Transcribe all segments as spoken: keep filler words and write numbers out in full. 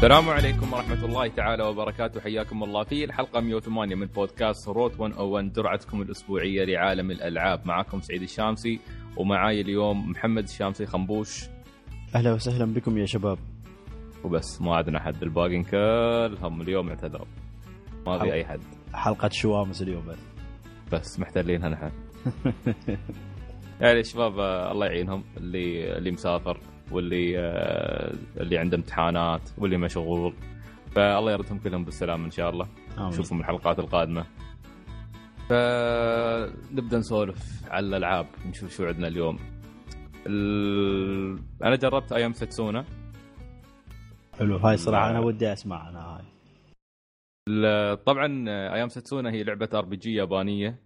السلام عليكم ورحمة الله تعالى وبركاته. حياكم الله في الحلقة مئة وثمانية من بودكاست روت مئة وواحد، جرعتكم الأسبوعية لعالم الألعاب. معكم سعيد الشامسي، ومعاي اليوم محمد الشامسي خنبوش. أهلا وسهلا بكم يا شباب. وبس ما عندنا حد، الباقين كلهم اليوم اعتذروا، ما في أي حد. حلقة شوامس اليوم بس بس محتلينها نحن. يعني الشباب الله يعينهم، اللي اللي مسافر واللي اللي عنده امتحانات واللي مشغول، فالله يردهم كلهم بالسلام إن شاء الله. نشوفهم الحلقات القادمة. فنبدأ نسولف على الألعاب، نشوف شو عندنا اليوم. ال... أنا جربت أيام ستسونا. حلو، هاي صراحة أنا ودي أسمع أنا هاي. طبعا أيام ستسونا هي لعبة ار بي جي يابانية،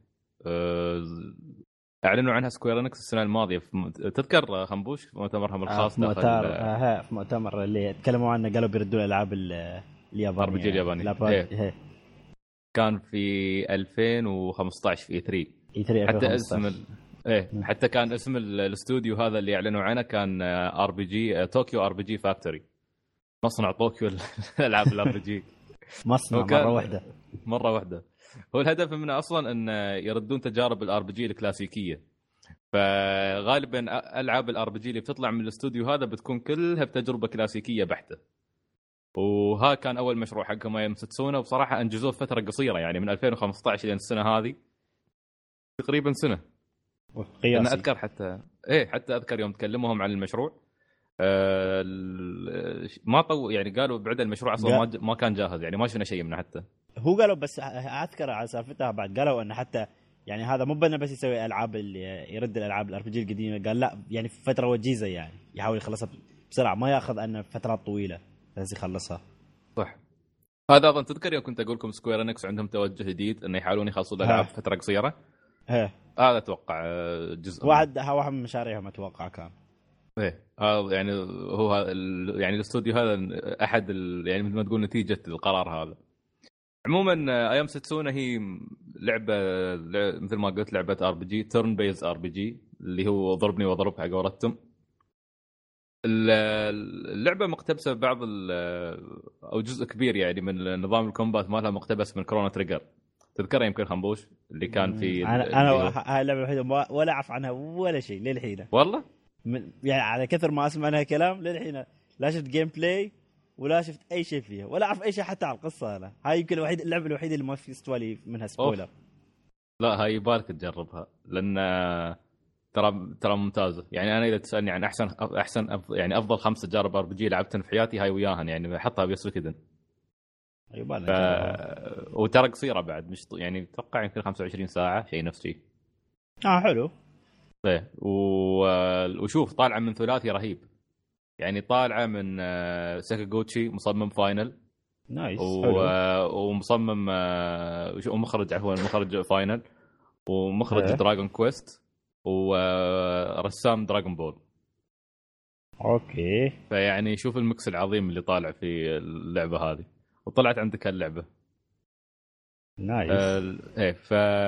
اعلنوا عنها سكوير انكس السنه الماضيه في... تذكر خنبوش في مؤتمرهم الخاص. في مؤتمر آه في مؤتمر اللي تكلموا عنه، قالوا بيردوا الالعاب اليابانيه، ار بي جي اليابانيه. هي. كان في ألفين وخمسة عشر في ثري اي ثري حتى اسم ال... ايه م. حتى كان اسم الاستوديو هذا اللي اعلنوا عنه كان ار بي جي طوكيو ار بي جي فاكتوري، مصنع طوكيو الالعاب الار بي جي. مصنع مره واحده مره واحده. هو الهدف منه اصلا ان يردون تجارب الار بي جي الكلاسيكيه، فغالبا العاب الار بي جي اللي بتطلع من الاستوديو هذا بتكون كلها بتجربه كلاسيكيه بحته. وها كان اول مشروع حقهم ايام ستسونا، وبصراحه انجزوه فتره قصيره، يعني من ألفين وخمسة عشر الى السنه هذه تقريبا سنه قياسي. انا اذكر حتى ايه حتى اذكر يوم تكلموهم عن المشروع آه ما طو يعني قالوا بعد المشروع اصلا ما, ما كان جاهز، يعني ما شفنا شيء منه حتى. هو قالوا بس اذكر على سالفتها بعد، قالوا انه حتى يعني هذا مو بنا بس يسوي العاب اللي يرد الالعاب الار بي جي القديمه، قال لا يعني في فتره وجيزه، يعني يحاول يخلصها بسرعه، ما ياخذ انه فترات طويله بس يخلصها. صح. هذا اظن تذكر يوم كنت اقول لكم سكوير انكس عندهم توجه جديد انه يحاولون يخلصوا الالعاب فتره قصيره. ايه هذا اتوقع جزء واحد ها واحد من مشاريعهم اتوقع كان. ايه هذا يعني هو يعني الاستوديو هذا احد يعني مثل ما تقول نتيجه القرار هذا. عموما ايام ستسونا هي لعبه مثل ما قلت لعبه ار بي جي، تيرن بيز ار بي جي، اللي هو ضربني وضرب على قولتهم. اللعبه مقتبسه بعض او جزء كبير يعني من نظام الكومبات مالها مقتبس من كرونو تريجر. تذكرها يمكن خنبوش اللي كان في انا انا هاي اللعبه الوحيده ولا اعرف عنها ولا شيء للحين والله. يعني على كثر ما اسمع عنها كلام للحين لا شفت جيم بلاي ولا شفت اي شيء فيها، ولا اعرف اي شيء حتى على القصه. انا هاي يمكن الوحيد اللعبه الوحيده اللي ما في استوالي منها سبويلر. لا هاي يبالك تجربها، لان ترى ترى ممتازه. يعني انا اذا تسالني عن احسن احسن أفضل يعني افضل خمس تجارب ار بي جي لعبتها في حياتي هاي وياهن، يعني احطها بيسو كذا. يبالك ف... وترى قصيره بعد، مش يعني اتوقع يمكن خمسة وعشرين ساعه شيء نفس شيء. اه حلو. ايه و... وشوف طالعه من ثلاثي رهيب، يعني طالعه من ساكاغوتشي مصمم فاينل نايس و... حلو. ومصمم ومخرج هو المخرج فاينل ومخرج أه. دراغون كويست ورسام دراغون بول. اوكي، فيعني شوف المكس العظيم اللي طالع في اللعبه هذه، وطلعت عندك اللعبه نايس. آه... ايه ف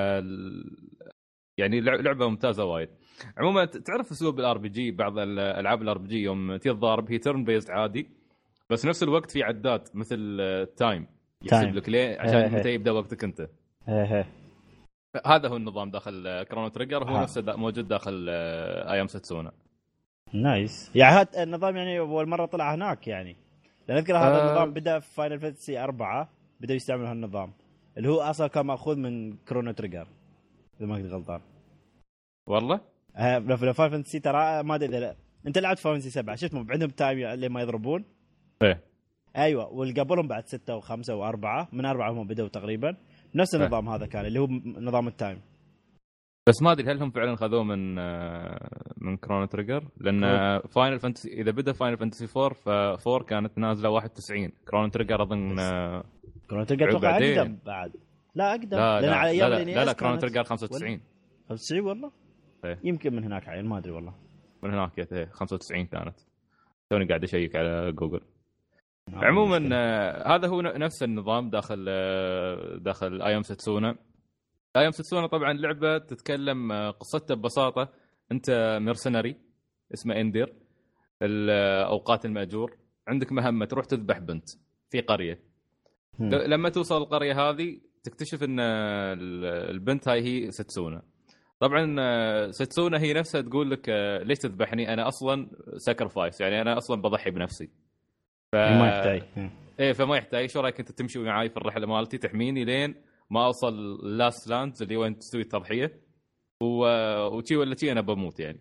يعني لعبه ممتازه وايد. عموما تعرف اسلوب الار بي جي، بعض الالعاب الار بي جي يوم تضارب هي تيرن بيست عادي، بس نفس الوقت في عداد مثل تايم يحسب لك ليه عشان متى يبدا وقتك انت. ايه هذا هو النظام داخل كرونو تريجر، هو نفسه موجود داخل ايام ستسونا. نايس. يعني هذا النظام يعني اول مره طلع هناك، يعني لان اذكر هذا أه النظام بدا في فاينل فانتسي أربعة، بدا يستعملوا هالنظام اللي هو اصلا كان ماخوذ من كرونو تريجر اذا ما كنت غلطان. والله اه في فاينل فانتسي ترى ما ادري اذا انت لعبت فاينل فانتسي سبعة، شفت عندهم تايم اللي ما يضربون. ايه ايوه، والقبلهم بعد ستة وخمسة وأربعة، من أربعة هم بدأوا تقريبا نفس النظام. هذا كان اللي هو نظام التايم. بس ما ادري هل هم فعلا خذوه من من كرونو تريجر، لان فاينل فانتسي اذا بدا فاينل فانتسي فور ففور كانت نازله واحد وتسعين، كرونو تريجر اظن كرونو تريجر توقع اقدم بعد. لا اقدم، لا لان لا على ايام لا, لا, لا, لا كرونو تريجر خمسة وتسعين. خمسة وتسعين والله. ايه. يمكن من هناك عين ما ادري والله. من هناك ايه خمسة وتسعين كانت، توني قاعد اشيك على جوجل. عموما هذا هو نفس النظام داخل داخل ايام ستسونا. ايام ستسونا طبعا لعبه تتكلم قصتها ببساطه، انت مرسنري اسمه اندير الاوقات الماجور، عندك مهمه تروح تذبح بنت في قريه. لما توصل القريه هذه تكتشف ان البنت هاي هي ستسونا. طبعا ستسونا هي نفسها تقول لك ليش تذبحني، انا اصلا ساكرفايس، يعني انا اصلا بضحي بنفسي. ف... ما يحتاج. ايه فما يحتاج. شو رايك انت تمشي معي في الرحله مالتي تحميني لين ما اوصل لاست لاندز اللي وين تسوي التضحيه و... وشي ولا شي انا بموت يعني.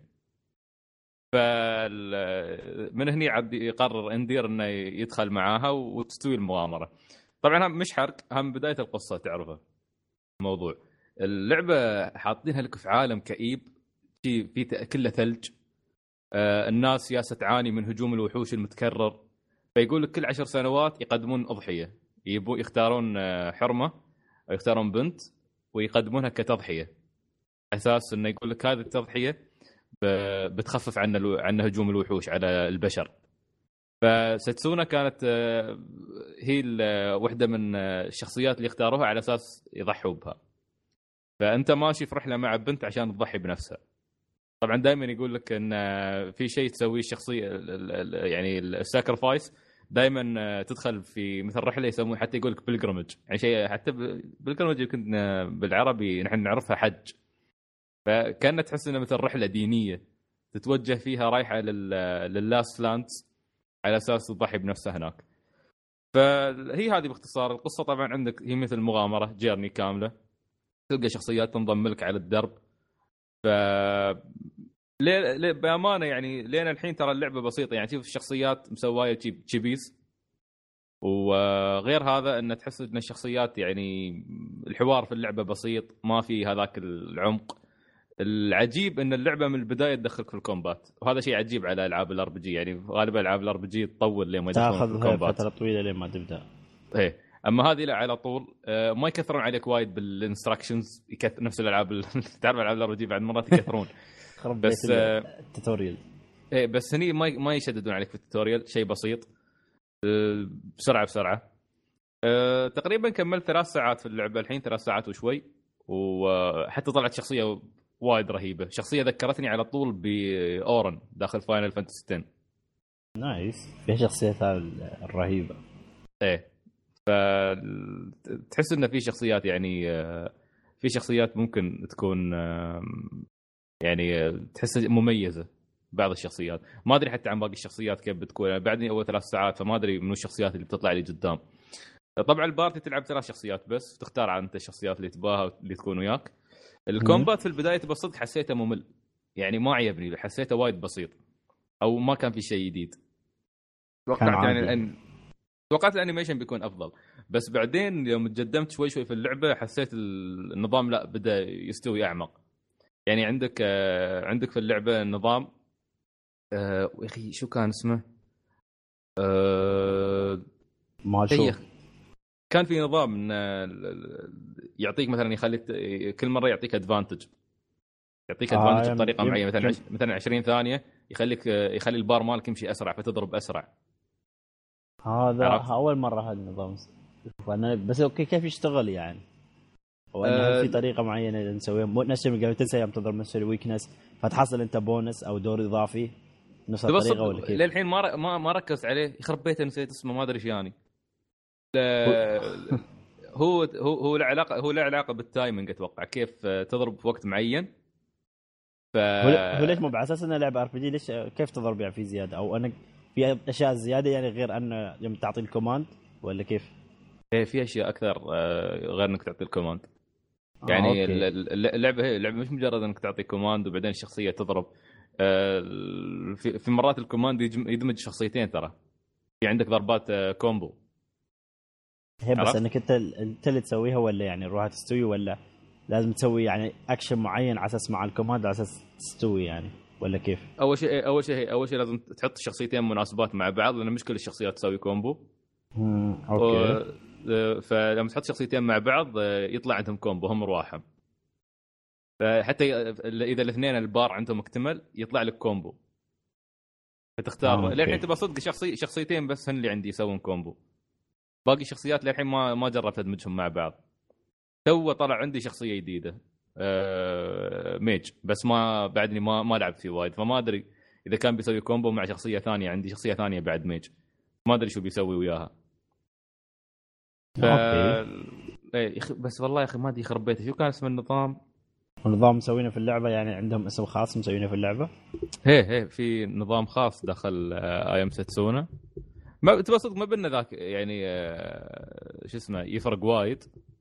ف من هني عاد يقرر اندير انه يدخل معاها وتستوي المغامره. طبعا هم مش حرق، هم بدايه القصه تعرفها الموضوع. اللعبه حاطينها لك في عالم كئيب في في كله ثلج. آه الناس ياسه تعاني من هجوم الوحوش المتكرر. فيقول لك كل عشر سنوات يقدمون اضحيه، يبوا يختارون آه حرمه او يختارون بنت ويقدمونها كتضحيه، اساس انه يقول لك هذه التضحيه بتخفف عنا عن هجوم الوحوش على البشر. فستسونا كانت هي واحدة من الشخصيات اللي اختاروها على أساس يضحوا بها. فأنت ماشي في رحلة مع بنت عشان تضحي بنفسها. طبعا دائما يقول لك أن في شيء تسويه الشخصية يعني الساكرفايس، دائما تدخل في مثل رحلة يسموه حتى يقول لك بلجرمج، يعني شيء حتى بلجرمج يمكن بالعربي نحن نعرفها حج. فكانت تحس انها مثل رحله دينيه تتوجه فيها رايحه لللاست لاندز على اساس تضحي بنفسها هناك. فهي هذه باختصار القصه. طبعا عندك هي مثل مغامره جيرني كامله، تلقى شخصيات تنضم لك على الدرب. ف ليه بامانه يعني لين الحين ترى اللعبه بسيطه، يعني شوف الشخصيات مسوايه تشيبيز، وغير هذا ان تحس ان الشخصيات يعني الحوار في اللعبه بسيط، ما في هذاك العمق. العجيب ان اللعبه من البدايه تدخلك في الكومبات، وهذا شيء عجيب على العاب الار بي جي. يعني غالبا العاب الار بي جي تطول لين ما يدخلون في الكومبات، تاخذ فتره طويله لين ما تبدا. ايه اما هذه لا على طول. آه ما يكثرون عليك وايد بالانستراكشنز، يكثر نفس الالعاب تعرف العاب الار بي جي بعد مرات يكثرون. بس آه التوتوريال ايه بس هني ما ما يشددون عليك في التوتوريال، شيء بسيط آه بسرعه بسرعه. آه تقريبا كملت ثلاث ساعات في اللعبه الحين، ثلاث ساعات وشوي، وحتى طلعت شخصيه وايد رهيبه. شخصيه ذكرتني على طول باورن داخل فاينل فانتسي عشرة. نايس، في شخصيتها الرهيبه. ايه فتحس ان في شخصيات يعني في شخصيات ممكن تكون يعني تحس مميزه. بعض الشخصيات ما ادري حتى عن باقي الشخصيات كيف بتكون، بعدني اول ثلاث ساعات فما ادري منو الشخصيات اللي بتطلع لي قدام. طبعا البارتي تلعب ثلاث شخصيات بس، تختار عن انت الشخصيات اللي تباها اللي تكون وياك. الكومبات في البدايه بصدق حسيته ممل، يعني ما عجبني، حسيته وايد بسيط او ما كان في شيء جديد. توقعت يعني ان توقعت الانيميشن بيكون افضل، بس بعدين يوم تقدمت شوي شوي في اللعبه حسيت النظام لا بدا يستوي اعمق. يعني عندك آه عندك في اللعبه النظام آه يا اخي شو كان اسمه آه ما شوف كان في نظام يعطيك مثلا يخليك كل مره يعطيك ادفانتج، يعطيك ادفانتج آه بطريقه معينه، مثلا عش... مثلا عشرين ثانيه يخليك يخلي البار مالك يمشي اسرع فتضرب اسرع. هذا اول مره هذا النظام انا بس اوكي كيف يشتغل يعني؟ او انه أه في طريقه معينه نسويها نفس ما قبل تنسى يوم تضرب مثل ويكنس فتحصل انت بونس او دور اضافي نفس الطريقه ولا كيف؟ للحين ما ما ما ركزت عليه، يخرب بيته نسيت اسمه ما ادري ايش يعني. هو هو هو له علاقه هو له علاقه بالتايمنج اتوقع، كيف تضرب في وقت معين. ف هو ليش مو على اساس انه لعبه ار بي جي ليش كيف تضرب يعني في زياده او انك في اشياء زياده يعني غير ان يوم تعطي الكوماند ولا كيف؟ ايه في اشياء اكثر غير انك تعطي الكوماند. يعني آه، اللعبه هي اللعبه مش مجرد انك تعطي كوماند وبعدين الشخصيه تضرب. في مرات الكوماند يدمج شخصيتين ترى، في عندك ضربات كومبو. هي بس انك انت انت اللي تسويها ولا يعني روح تستوي ولا لازم تسوي يعني اكشن معين على اساس مع الكوماند على اساس تستوي يعني ولا كيف؟ اول شيء اول شيء اول شيء لازم تحط الشخصيتين مناسبات مع بعض، لان مش كل الشخصيات تسوي كومبو. امم اوكي. فلما تحط شخصيتين مع بعض يطلع عندهم كومبو هم رواحهم. فحتى اذا الاثنين البار عندهم مكتمل يطلع لك كومبو، فتختار. للحين تبى صدق شخصي شخصيتين بس هن اللي عندي يسوون كومبو، باقي الشخصيات للحين ما ما جربت ادمجهم مع بعض. تو طلع عندي شخصيه جديده آه... ميج، بس ما بعدني ما ما لعبت فيه وايد، فما ادري اذا كان بيسوي كومبو مع شخصيه ثانيه. عندي شخصيه ثانيه بعد ميج، ما ادري شو بيسوي وياها. ف اوكي. إيه، يخ- بس والله يا اخي ما ادري يخرب بيته شو كان اسم النظام. ونظام مسوينه في اللعبه، يعني عندهم اسم خاص مسوينه في اللعبه. هي هي في نظام خاص داخل اي ام ستسونا. ما تبى صدق ما بيننا ذاك يعني آه، شو اسمه يفرق وايد.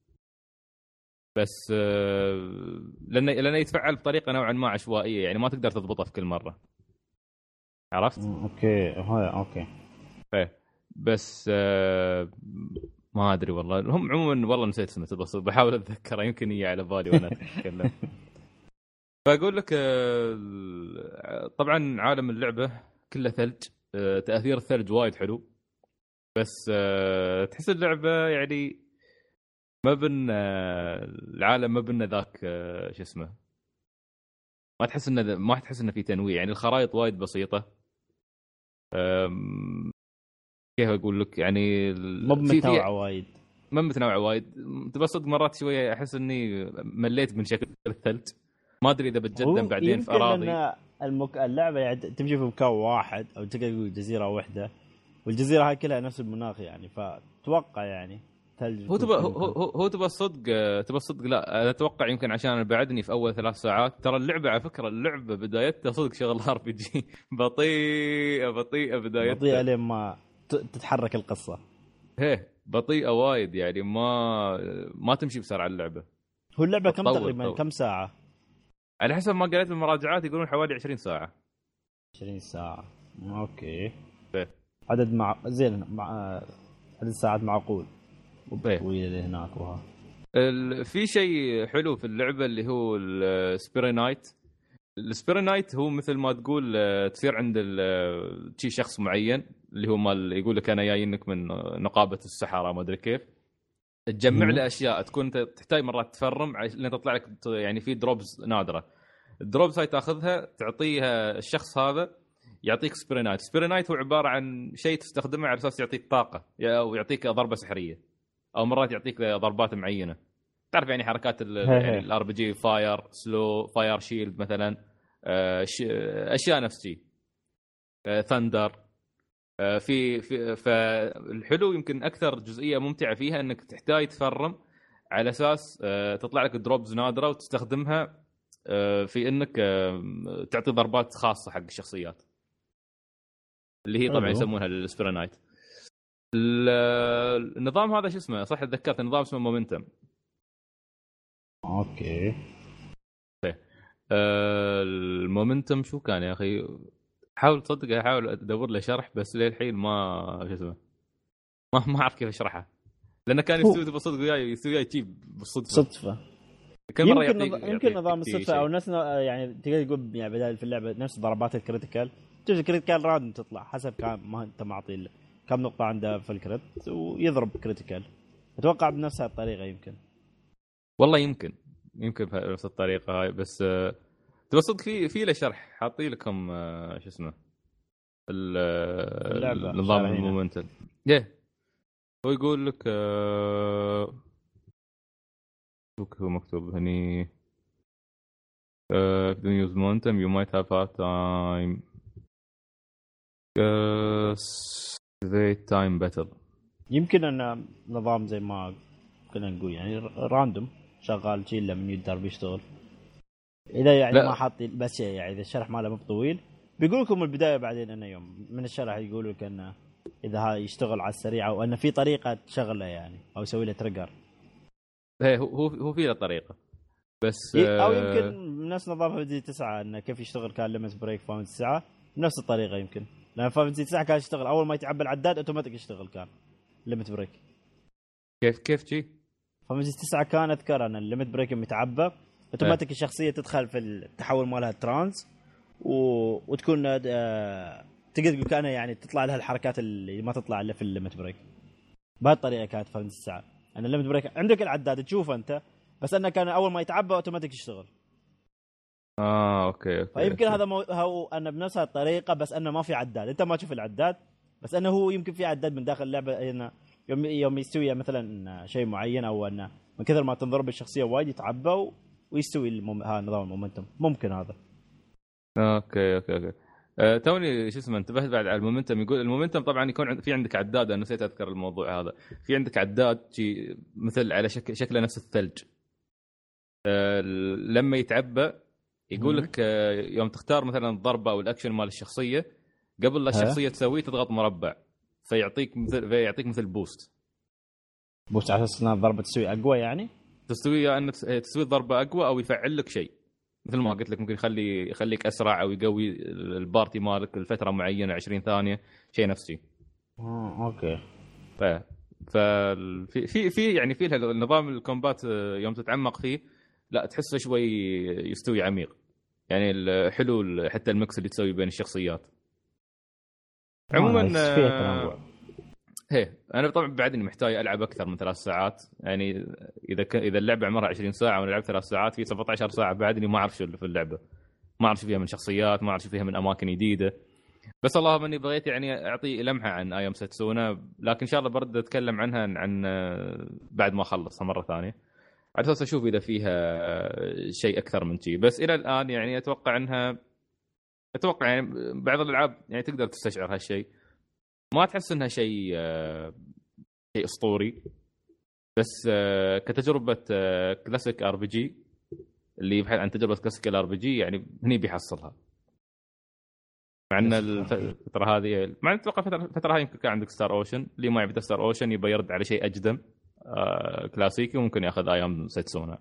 بس آه، لانه لانه يتفعل بطريقه نوعا ما عشوائيه، يعني ما تقدر تضبطه في كل مره. عرفت؟ مم، اوكي هاي اوكي. ايه بس آه، ما ادري والله. هم عموما والله نسيت اسمه، تبى صدق بحاول اتذكره يمكن يجي على بالي وانا اتكلم. فاقول لك آه، طبعا عالم اللعبه كله ثلج. آه، تاثير الثلج وايد حلو. بس آه، تحس اللعبه يعني ما بن آه، العالم ما بنا ذاك آه، شو اسمه. ما تحس انه ما تحس انه في تنويع، يعني الخرائط وايد بسيطه. أم، كيف اقول لك يعني ال- مو في في متنوعه وايد. ما متنوعه وايد. تبى صدق مرات شويه احس اني مليت من شكل الثلج. ما ادري اذا بتقدم هو بعدين في يمكن اراضي. لان المك... اللعبه يعني تمشي في مكان واحد او تقدر تقول جزيره واحده، والجزيره هاي كلها نفس المناخ يعني، فتوقع يعني ثلج هو بيكون تبى في كل هو مكان. هو, هو تبى الصدق تبى الصدق لا أنا اتوقع يمكن عشان انا بعدني في اول ثلاث ساعات. ترى اللعبه على فكره اللعبه بدايتها صدق شغل ار بي جي بطيئه بطيئه بطيئه بدايتها. لين ما ت... تتحرك القصه. هي بطيئه وايد يعني ما ما تمشي بسرعه اللعبه. هو اللعبه كم تطول تقريبا تطول كم ساعه؟ على حسب ما قريت المراجعات يقولون حوالي عشرين ساعه. عشرين ساعه. اوكي. إيه. عدد مع زين مع عدد ساعات معقول. إيه. طويله لهناك وها. ال- في شيء حلو في اللعبه اللي هو السبيري نايت. السبيري نايت هو مثل ما تقول آه، تصير عند ال- آه، شي شخص معين اللي هو مال يقول لك انا جايينك من آه، نقابه السحره ما ادري كيف. تجمع مم. له اشياء تكون انت تحتاج مرات تفرم عشان لين تطلع لك ت- يعني في دروبز نادره. الدروبز هاي تاخذها تعطيها الشخص هذا يعطيك سبيري نايت. سبيري نايت هو عباره عن شيء تستخدمه على اساس يعطيك طاقه او يعطيك ضربه سحريه، او مرات يعطيك ضربات معينه. تعرف يعني حركات ال هي يعني هي. الار بي جي فاير سلو فاير شيلد مثلا. آه، ش- اشياء نفس شيء ثندر. في في فالحلو يمكن اكثر جزئيه ممتعه فيها انك تحتاج تفرم على اساس آه، تطلع لك دروبز نادره وتستخدمها آه، في انك آه، تعطي ضربات خاصه حق الشخصيات اللي هي طبعا حلو. يسمونها السبيرانايت. النظام هذا شو اسمه صح تذكرت النظام اسمه مومنتم. اوكي. آه، المومنتم شو كان يا اخي؟ حاول تصدق احاول ادور له شرح بس للحين ما شو اسمه ما ما اعرف كيف اشرحه. لانه كان هو يستوي بالصدق وياي يستوي وياي تجيب بالصدفه. صدفه. كل مره يمكن يعطيك نظ... يمكن يعطيك نظام شيء الصدفه او شيء. نفس يعني تقدر تقول يعني بدال في اللعبه نفس ضربات الكريتيكال. تجي الكريتيكال راندوم تطلع حسب كان ما انت معطي ال- كم نقطه عنده في الكريت ويضرب كريتيكال. اتوقع بنفس الطريقه يمكن. والله يمكن يمكن بنفس الطريقه هاي بس آه، تبى صدق في في له شرح حاطين لكم آه، شو اسمه ال- في آه، اللعبه النظام شارحينه. المومنتال. يه هو يقول لك آه، هو مكتوب هني Uh, if you use momentum, you might have hard time. Uh, Wait time battle. يمكن ان نظام زي ما كنا نقول يعني راندوم شغال شيء لما يقدر بيشتغل. اذا يعني لا. ما حاطين بس يعني اذا الشرح ماله مو طويل بيقول لكم من البدايه بعدين انه يوم من الشرح يقول لك انه اذا هاي يشتغل على السريع او انه في طريقه تشغله يعني او يسوي له تريجر. هي هو هو هو في له طريقه بس او آه، يمكن نفس نظام فانتسي تسعة انه كيف يشتغل كان ليمت بريك فانتسي تسعة نفس الطريقه يمكن. لان فانتسي تسعة كان يشتغل اول ما يتعبى العداد اوتوماتيك يشتغل كان ليمت بريك. كيف كيف شي فانتسي تسعة كان اذكر ان الليمت بريك يوم يتعبى اوتوماتيك الشخصيه تدخل في التحول مالها ترانس و... وتكون آه... تقدر تقول كانها يعني تطلع لها الحركات اللي ما تطلع الا في الليمت بريك. بهالطريقه كانت فانتسي تسعة. ان الليمت بريك عندك العداد تشوفه انت بس انه كان اول ما يتعبى اوتوماتيك يشتغل. اه اوكي اوكي فيمكن أوكي. هذا مو... هو انه بنفس الطريقه بس انه ما في عداد انت ما تشوف العداد بس انه هو يمكن في عداد من داخل اللعبه انه يوم يوم يستوي مثلا شيء معين او انه من كثر ما تنضرب الشخصيه وايد يتعبى و... ويستوي المم... ها نظام المومنتم ممكن هذا. اوكي اوكي اوكي أه توني شو اسمه انتبهت بعد على المومنتم. يقول المومنتم طبعا يكون عند في عندك عداد، انا نسيت اذكر الموضوع هذا. في عندك عداد شي مثل على شكل شكله نفس الثلج. أه لما يتعبى يقول لك أه يوم تختار مثلا الضربه او الاكشن مال الشخصيه قبل لا الشخصيه تسويه تضغط مربع فيعطيك مثل فيعطيك مثل بوست. بوست على اساس ان الضربه تسوي اقوى يعني؟ تستوي يا ان تسوي ضربه اقوى او يفعل لك شيء مثل ما قلت لك، ممكن يخلي يخليك اسرع او يقوي البارتي مالك لفتره معينه عشرين ثانيه، شيء نفسي. اه اوكي. ف ف في في في يعني في النظام الكومبات يوم تتعمق فيه لا تحسه شوي يستوي عميق، يعني الحلو حتى المكس اللي تسوي بين الشخصيات. عموما فيها تنوع. هي انا طبعا بعدني محتاج العب اكثر من ثلاث ساعات، يعني اذا ك... اذا اللعبه عمرها عشرين ساعه وانا لعبت ثلاث ساعات، في سبعة عشر ساعه بعدني ما اعرف شو اللي في اللعبه، ما اعرف فيها من شخصيات، ما اعرف فيها من اماكن جديده. بس اللهم اني بغيت يعني اعطي لمحه عن ايام ستسونا، لكن ان شاء الله برد اتكلم عنها عن بعد ما اخلصها مره ثانيه على اساس اشوف اذا فيها شيء اكثر من شيء. بس الى الان يعني اتوقع انها اتوقع يعني بعض الالعاب يعني تقدر تستشعر هالشيء، ما تحس انها شيء شيء اسطوري، بس كتجربه كلاسيك ار بي جي اللي يبحث عن تجربه كلاسيك الار بي جي يعني هني بيحصلها. مع ان الفتره هذه مع ان اتوقع فتره فتره هاي يمكن كان عندك ستار اوشن، اللي ما يعرف ستار اوشن يبى يرد على شيء اقدم آه كلاسيكي وممكن ياخذ ايام ستسونا.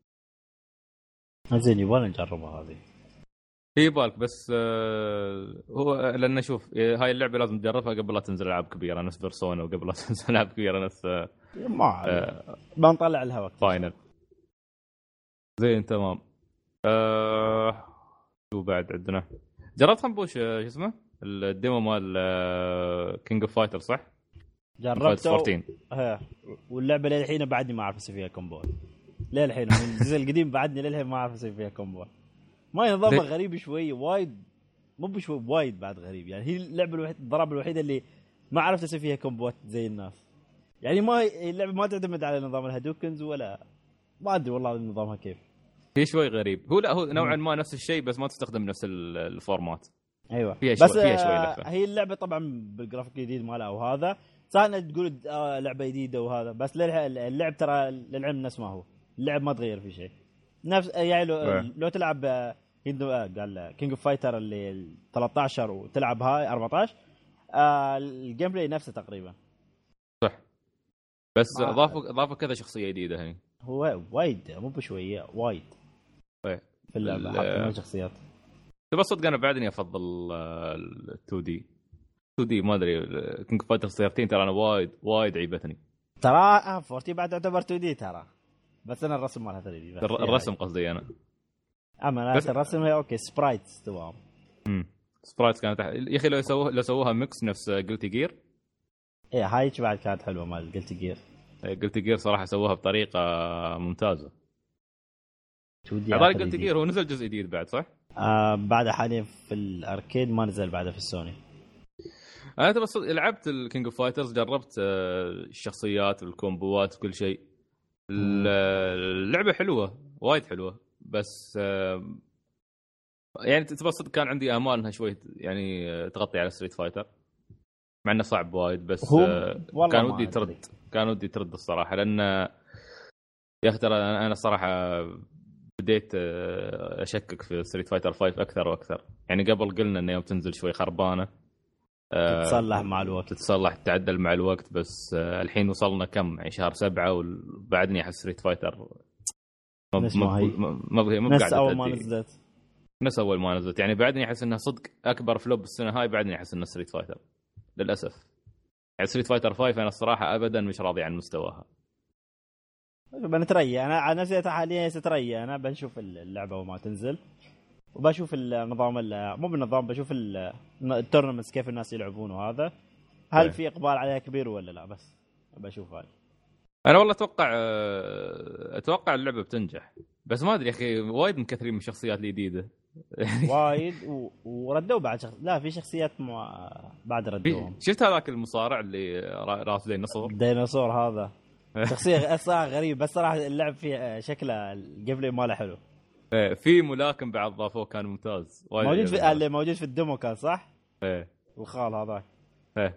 زين يبغى نجربها هذه. هي بالك بس آه هو لان شوف هاي اللعبه لازم تجربها قبل لا تنزل العاب كبيره نفس بيرسونا، وقبل لا تنزل العاب كبيره نفس آه ما آه بنطلع لها وقت فاينل. زين تمام. آه شو بعد عندنا؟ جربت خنبوش شو اسمه الديمو مال كينج اوف فايتر صح؟ جربته ها، واللعبه للحين بعدني ما اعرف اسوي فيها كومبو للحين. من الجزء القديم بعدني للحين ما اعرف اسوي فيها كومبو. ما نظامها غريب شوي وايد، مو بشوي وايد بعد غريب. يعني هي اللعبه الوحيده الضرب الوحيده اللي ما عرفت اسوي فيها كومبوات زي الناس. يعني ما هي اللعبه ما تعتمد على نظام الهادوكنز ولا ما ادري والله نظامها كيف. هي شوي غريب. هو لا هو نوعا ما نفس الشيء بس ما تستخدم نفس الفورمات. ايوه فيها بس شوي فيها شوي لفه. هي اللعبه طبعا بالجرافيك الجديد مالها وهذا صار تقول آه لعبه جديده وهذا، بس اللعب ترى للعلم نفس ما هو، اللعب ما تغير في شيء نفس. يعني لو, لو تلعب هندو قال كينج اوف فايتر اللي ثلاثة عشر وتلعب هاي أربعة عشر آه الجيم بلاي نفسه تقريبا صح، بس اضافوا اضافوا كذا شخصيه جديده هني. هو وايد مو بشويه وايد ايه في اللعبه حاطين شخصيات. تبى صدق انا بعدني افضل ال تو دي تو دي ما ادري. كينج اوف فايتر ثلاثة عشر ترى انا وايد وايد عيبتني ترى أربعتاشر بعد تعتبر تو دي ترى، بس انا الرسم مالها ثري دي. الرسم قصدي انا اما بس الرسم هي اوكي سبرايتس تمام. امم سبرايتس كانت يا اخي لو يسووها لو سووها ميكس نفس قلتي جير. ايه هاي بعد كانت حلوه مال قلتي جير. قلتي جير صراحه سووها بطريقه ممتازه. عطاري قلتي جير هو نزل جزء جديد بعد صح؟ آه بعد حاليا في الاركيد ما نزل بعده في السوني. انا ترى لعبت الكينج اوف فايترز، جربت الشخصيات والكومبوات وكل شيء. اللعبه حلوه وايد حلوه، بس يعني تبصد كان عندي امال انها شوي يعني تغطي على ستريت فايتر مع انه صعب وايد، بس كان ودي ترد كان ودي ترد الصراحه. لان يا اخي ترى انا الصراحه بديت اشكك في ستريت فايتر خمسة اكثر واكثر. يعني قبل قلنا انه يوم تنزل شوي خربانه تتصلح مع الوقت، تتصلح تعدل مع الوقت، بس الحين وصلنا كم يعني شهر سبعة وبعدني احس ستريت فايتر ما ما ما نفس اول ما نزلت نفس اول ما نزلت. يعني بعدني احس انها صدق اكبر فلوب السنه هاي، بعدني احس انها ستريت فايتر للاسف. يعني ستريت فايتر خمسة انا الصراحه ابدا مش راضي عن مستواها. بنتريا انا على نفسي حاليا ستريا انا بنشوف اللعبه وما تنزل، وبشوف النظام مو بالنظام بشوف التورنمنتس كيف الناس يلعبون وهذا هل في اقبال عليها كبير ولا لا. بس بشوف هاي. انا والله اتوقع اتوقع اللعبه بتنجح، بس ما ادري يا اخي وايد مكثرين من الشخصيات الجديده وايد و... وردوا بعد شخص... لا في شخصيات م... بعد ردوهم. شفت هذاك المصارع اللي راس ديناصور ديناصور هذا شخصيه اصلا غريب، بس صراحه اللعب فيه شكله الجيم بلاي ماله حلو. ايه في ملاكم بعد ضافوه كان ممتاز موجود في اللي موجود في الديمو كان صح؟ ايه الخال هذاك ايه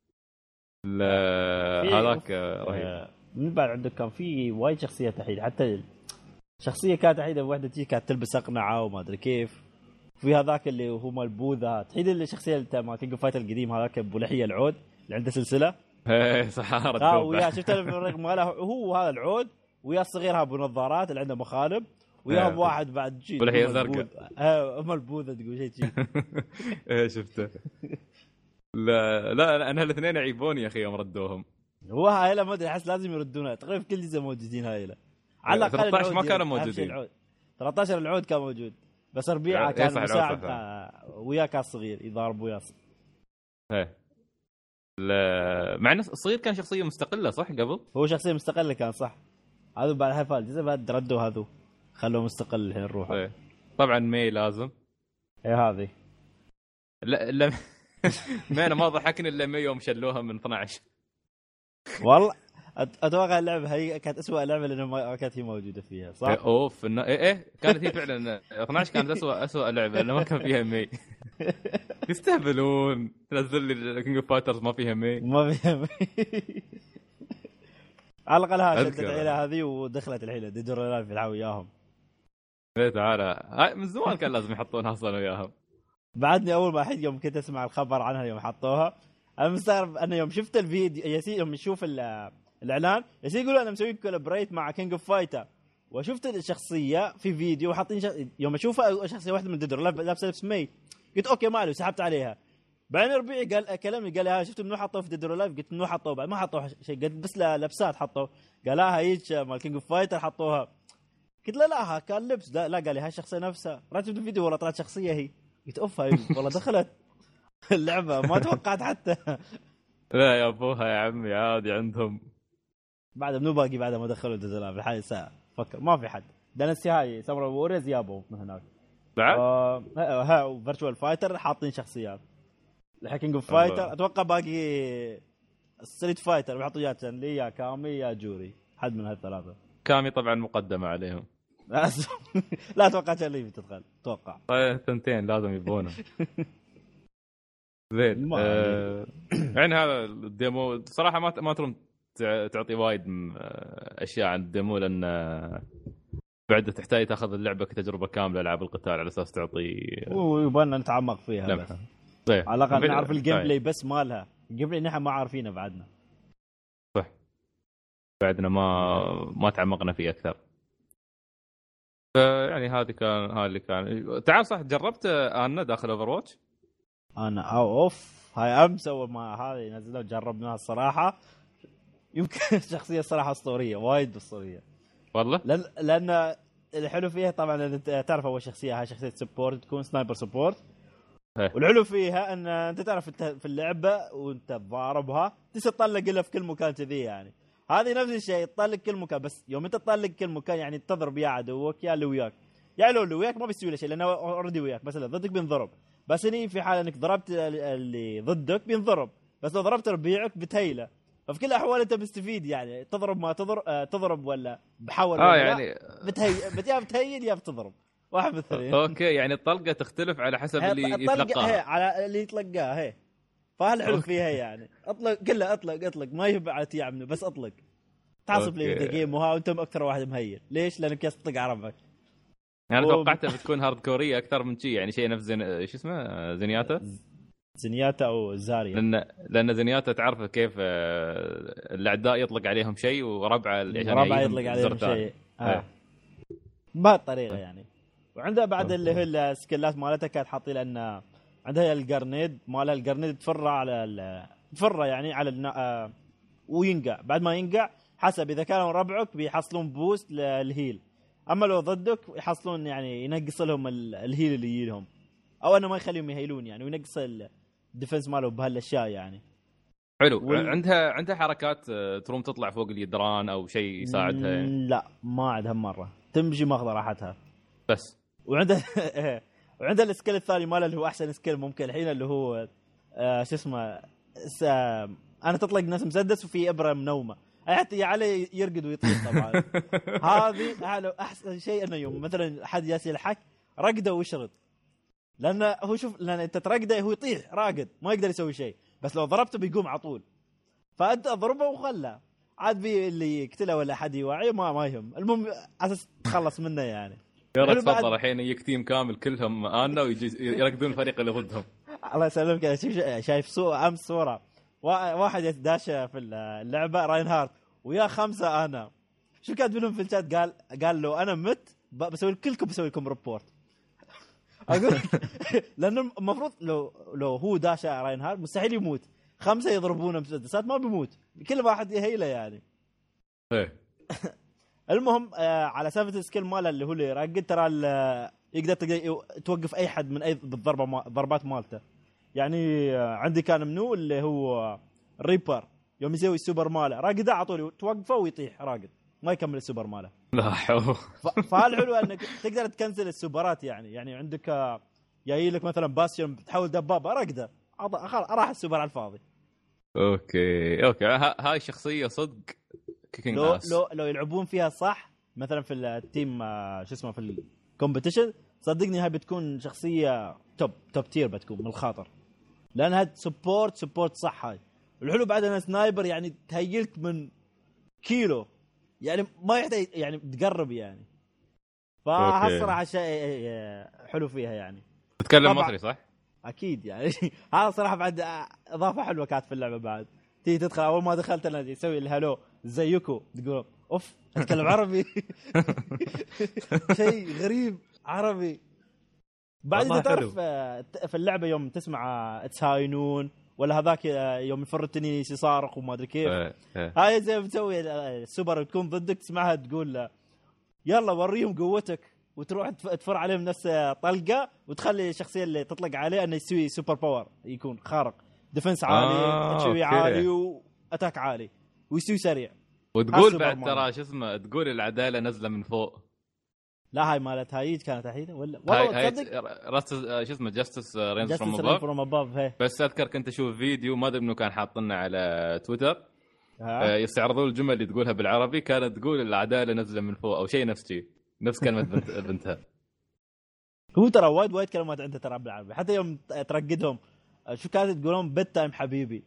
هذاك رهيب. من بعد عندك كان في وايد شخصيات تحيد، حتى شخصيه كانت تحيده بوحده تي كانت تلبس اقنعه وما ادري كيف. في هذاك اللي هو مال بوذا تحيد الشخصيه اللي مال كينج فايتر القديم هذاك ابو لحيه العود اللي عنده سلسله. ايه صحاره اه ويا شفت الفرق ماله هو هذا العود ويا الصغير ابو نظارات اللي عنده مخالب وياهم واحد بعد جيد ولحيه زرقاء اه ام البوذا تقول شيء شيء. ايه شفته. لا لا انا الاثنين عيبوني يا اخي يوم ردوهم. هو هاي ما ادري احس لازم يردونها تقريبا كل جزء موجودين هاي له. على الاقل ثلاثة عشر ما كانوا موجودين. ثلاثة عشر العود كان موجود بس ربيعه كان مساعد وياه كان صغير يضارب وياه. ايه لا مع انه الصغير كان شخصيه مستقله صح قبل؟ هو شخصيه مستقله كان صح. هذا بعد هاي فالجزء بعد ردوا هذو خلوه مستقل الحين نروح. ايه طبعا مي لازم. ايه هذه لا لا ما انا ما ضحكني الا مي يوم شلوها من اثنا عشر. والله اتوقع اللعبه هي كانت اسوأ لعبه لانه ما كانت هي موجوده فيها صح. إيه اوف إن... ايه ايه كانت هي فعلا اثنا عشر كانت اسوأ اسوأ لعبه لانه ما كان فيها مي. يستهبلون تنزل لي كينج اوف فايترز ما فيها مي ما فيها مي. على الاقل ها شدت عيلها هذه ودخلت الحين ديدور لايف يلعبوا وياهم. ايه تعالى من زمان كان لازم يحطونها اصلا وياهم. بعدني اول ما حد يوم كنت اسمع الخبر عنها يوم حطوها انا مستغرب انا يوم شفت الفيديو ياسين يوم نشوف الاعلان ياسين يقولوا انا مسوي كولابريت مع كينج اوف فايتر وشفت الشخصيه في فيديو وحاطين شخ... يوم اشوفها شخصيه واحده من ديدور لابسه لبس مي قلت اوكي ماله سحبت عليها. بعدين ربيعي قال كلامي قال ها شفت منو حطوه في ديدور لايف قلت منو حطوه بعد ما حطوه شيء قلت بس لا لبسات حطوه قال ها هيك مال كينج اوف فايتر حطوها قلت له لا ها كان لبس لا لا قال لي هاي الشخصيه نفسها رجعت الفيديو والله طلعت شخصيه هي قلت اوف هاي والله دخلت اللعبه ما توقعت حتى. لا يا ابوها يا عمي عادي عندهم بعد منو باقي بعد ما دخلوا ديزل بالحال ساعه فكر ما في حد دنسي هاي ساموراي ووريرز يابو من هناك بعد آه ها فيرتشوال فايتر حاطين شخصيات الحكينج اوف فايتر اتوقع باقي ستريت فايتر بيحطوا يا تشان لي يا كامي يا جوري حد من هالثلاثه. كامي طبعا مقدمه عليهم. لا اتوقع تشان لي بتدخل اتوقع طيب ثنتين لازم يبونه. زين آه يعني هذا الديمو صراحه ما ما ترم تعطي وايد اشياء عن الديمو لان بعد تحتاج تاخذ اللعبه كتجربه كامله العاب القتال على اساس تعطي ويبغى نتعمق فيها لا. بس طيب. على الاقل نعرف الجيم بلاي بس مالها الجيم بلاي نحن ما عارفينه بعدنا صح بعدنا ما ما تعمقنا فيه اكثر. يعني هذه كان هذا اللي كان تعال صح جربت انا داخل اوفر واتش انا او اوف هاي امس اول ما هذه نزلوا جربناها الصراحه يمكن شخصيه صراحه اسطوريه وايد اسطوريه والله لان لان الحلو فيها طبعا انت تعرف اول شخصيه هاي شخصيه سبورت تكون سنايبر سبورت والحلو فيها ان انت تعرف انت في اللعبه وانت تضاربها تطلق لها في كل مكان كذي يعني هذه نفس الشيء تطلق كل مكان بس يوم انت تطلق كل مكان يعني تضرب يا عدوك يا اللي وياك يعني لو اللي وياك ما بيسوي له شيء لانه اوريدي وياك بس ضدك بينضرب بس هني في حال انك ضربت اللي ضدك بينضرب بس لو ضربت ربيعك بتهيله ففي كل الاحوال انت مستفيد يعني تضرب ما تضرب تضرب ولا بحاول اه يعني بتهي يا بتهيل يا بتضرب واحد من الاثنين. اوكي يعني الطلقه تختلف على حسب اللي يتلقاها على اللي يتلقاها هي فهالحلو فيها يعني اطلق كله اطلق اطلق ما يهب على تي عمي بس اطلق تعصب لي في جيم وها وانت اكثر واحد مهيل ليش لانك يطلق عربك يعني توقعتها بتكون هارد كوريه اكثر من شيء يعني شيء نفس زين شو اسمه زنياتا زنياتا او زاريا لان لان زنياتا تعرف كيف الاعداء يطلق عليهم شيء وربعه عشان ربعه يطلق عليهم شيء اه بهالطريقه يعني وعندها بعد اللي هي السكيلات مالتها كانت حاطين لان عندها الجرنيد مالها الجرنيد تفر على تفر يعني على النا... وينقع بعد ما ينقع حسب اذا كانوا ربعك بيحصلون بوست للهيل اما لو ضدك يحصلون يعني ينقص لهم الهيل اللي يجيلهم او انه ما يخليهم يهيلون يعني وينقص الديفنس ماله بهالاشياء يعني حلو وال... عندها عندها حركات تروم تطلع فوق الجدران او شيء يساعدها يعني. لا ما عندها مره تمشي ماخذه راحتها بس وعندها وعندها السكيل الثاني ماله اللي هو احسن سكيل ممكن الحين اللي هو آه شو اسمه س... انا تطلق نفس مسدس وفي ابره منومه حتى عليه يرقد ويطير طبعا. هذه هذا احسن شيء، انه يوم مثلا حد ياسي الحك رقده ويشرد، لانه هو شوف لان انت ترقده هو يطيح راقد ما يقدر يسوي شيء، بس لو ضربته بيقوم على طول. فانت اضربه وخله عاد بي اللي يقتله ولا حد يوعيه ما ما يهم، المهم اساس تخلص منه يعني. يلا تفضل الحين يجيك تيم كامل كلهم انا ويجي يركضون الفريق اللي ضدهم. الله يسلمك. شايف صورة امس صوره واحد داشه في اللعبه راينهارت ويا خمسه انا، شو كاتب لهم في الشات؟ قال قال له انا مت بسوي لكلكم بسوي لكم ريبورت. اقول لانه المفروض لو لو هو داشه راينهارت مستحيل يموت، خمسه يضربونه بمسدسات ما بيموت، كل واحد يهيله يعني. ايه المهم آه على سالفه السكيل ماله اللي هو اللي يرقد، ترى يقدر توقف اي حد من اي بالضربه ما ضربات مالته يعني. آه عندي كان منو اللي هو الريبر يوم يسوي السوبر ماله راقد على طول توقفه ويطيح راقد ما يكمل السوبر ماله. لا حول. فالحلو انك تقدر تكنسل السوبرات يعني. يعني عندك آه جاي لك مثلا باستيون بتحول دبابه راقده خلاص راح السوبر على الفاضي. اوكي اوكي هاي شخصيه صدق كيكينج لو اس. لو لو يلعبون فيها صح مثلا في التيم شو اسمه في الكومبيتيشن، صدقني هاي بتكون شخصيه توب توب تير بتكون من الخاطر، لانها سبورت سبورت صح. هاي الحلو بعد انا سنايبر يعني تهيلك من كيلو يعني ما يحتاج يعني تقرب يعني. فهالصراحه شيء حلو فيها يعني. تتكلم مصري صح؟ اكيد يعني. هذا صراحه بعد اضافه حلوه كانت في اللعبه. بعد تيجي تدخل اول ما دخلت انا يسوي الهالو زيكو تقول اوف اتكلم عربي. شيء غريب عربي. بعد اذا تعرف في اللعبه يوم تسمع تساينون ولا هذاك يوم يفر التنين يصارخ وما ادري كيف، هاي زي بتسوي السوبر تكون ضدك تسمعها تقول يلا وريهم قوتك، وتروح تفر عليهم نفس طلقه وتخلي الشخصيه اللي تطلق عليه انه يسوي سوبر باور يكون خارق، ديفنس عالي آه، اتشوي عالي واتاك عالي ويسوي سريع. وتقول بعد ترى شو اسمه تقول العداله نزله من فوق. لا هاي مالت هاي كانت حيده ولا والله تصدق راست شو اسمه جاستس رينز فروم اباف. بس اذكر كنت اشوف فيديو ما ادري انه كان حاطلنا على تويتر آه يستعرضون الجمل اللي تقولها بالعربي، كانت تقول العداله نزله من فوق او شيء نفس شيء نفس كلمه بنت بنتها. هو ترى وايد وايد كلمات عنده ترى بالعربي، حتى يوم ترقدهم شو كانت تقولون بيت تايم حبيبي.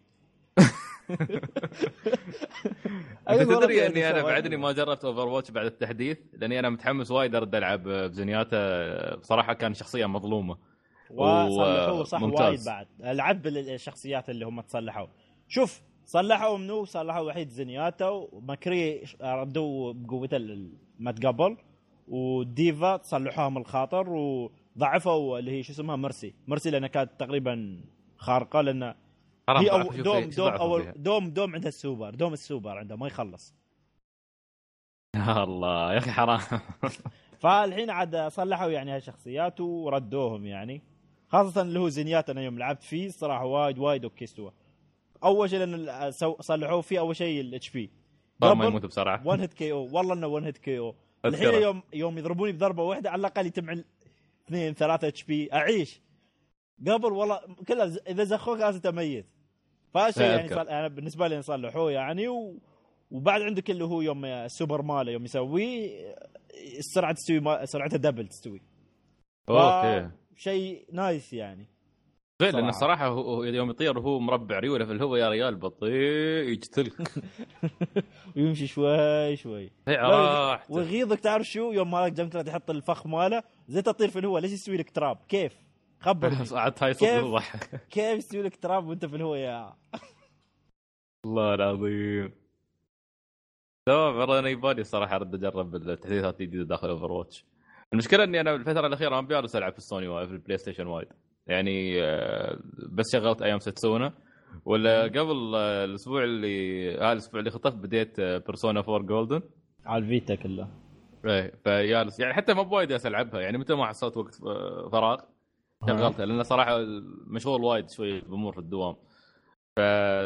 انت تدري اني انا بعدني ما جربت اوفر واتش بعد التحديث لاني انا متحمس وايد ارد العب بزنياتا. بصراحه كان شخصيه مظلومه وصلحوه صح وايد. بعد العب بالشخصيات اللي هم تصلحوا. شوف صلحوا منو صلحوا وحيد زنياتا وماكري ردوا بقوته ما تقبل، وديفا صلحوها من الخاطر وضعفوا اللي هي شو اسمها مرسي مرسي لانها كانت تقريبا خارقه، لان هي أو دوم دوم أول دوم دوم عندها السوبر دوم السوبر عندها ما يخلص. يا الله يا اخي حرام. فالحين عاد صلحوا يعني هالشخصيات وردوهم يعني، خاصه اللي هو زنيات انا يوم لعبت فيه صراحه وايد وايد اوكي استوى. اول شيء لان صلحوه فيه اول شيء الاتش بي ما يموت بسرعه وان هيت كي او والله انه وان هيت كي او. الحين يوم يوم يضربوني بضربه واحده على الاقل يتم اثنين ثلاثه اتش بي اعيش. قبل والله كلها اذا زخوك لازم ميت. فشيء يعني صل... انا بالنسبه لي نصلحوه يعني و... وبعد عندك اللي هو يوم السوبر ماله يوم يسوي السرعه تستوي ما... سرعته دبل تستوي. اوكي شيء نايس يعني. غير لان الصراحه هو يوم يطير وهو مربع ريوله في الهواء يا ريال بطيء يقتلك. ويمشي شوي شوي ويغيظك. تعرف شو يوم مالك جمترة يحط الفخ ماله زي تطير في الهواء ليش يسوي لك تراب؟ كيف خبرني. صعدت هاي صوت الضحك. كيف يسوي لك تراب وانت في الهواء يا الله العظيم. تمام والله انا يبالي الصراحه ارد اجرب التحديثات الجديده داخل اوفر واتش. المشكله اني انا بالفتره الاخيره ما بجالس العب في السوني وايد في البلاي ستيشن وايد يعني، بس شغلت ايام ستسونا ولا قبل الاسبوع اللي هذا الاسبوع اللي خطف بديت بيرسونا فور جولدن على الفيتا كله. ايه فيالس يعني حتى ما بوايد العبها يعني متى ما حصلت وقت فراغ شغلتها لان صراحه مشغول وايد شوي بامور في الدوام. ف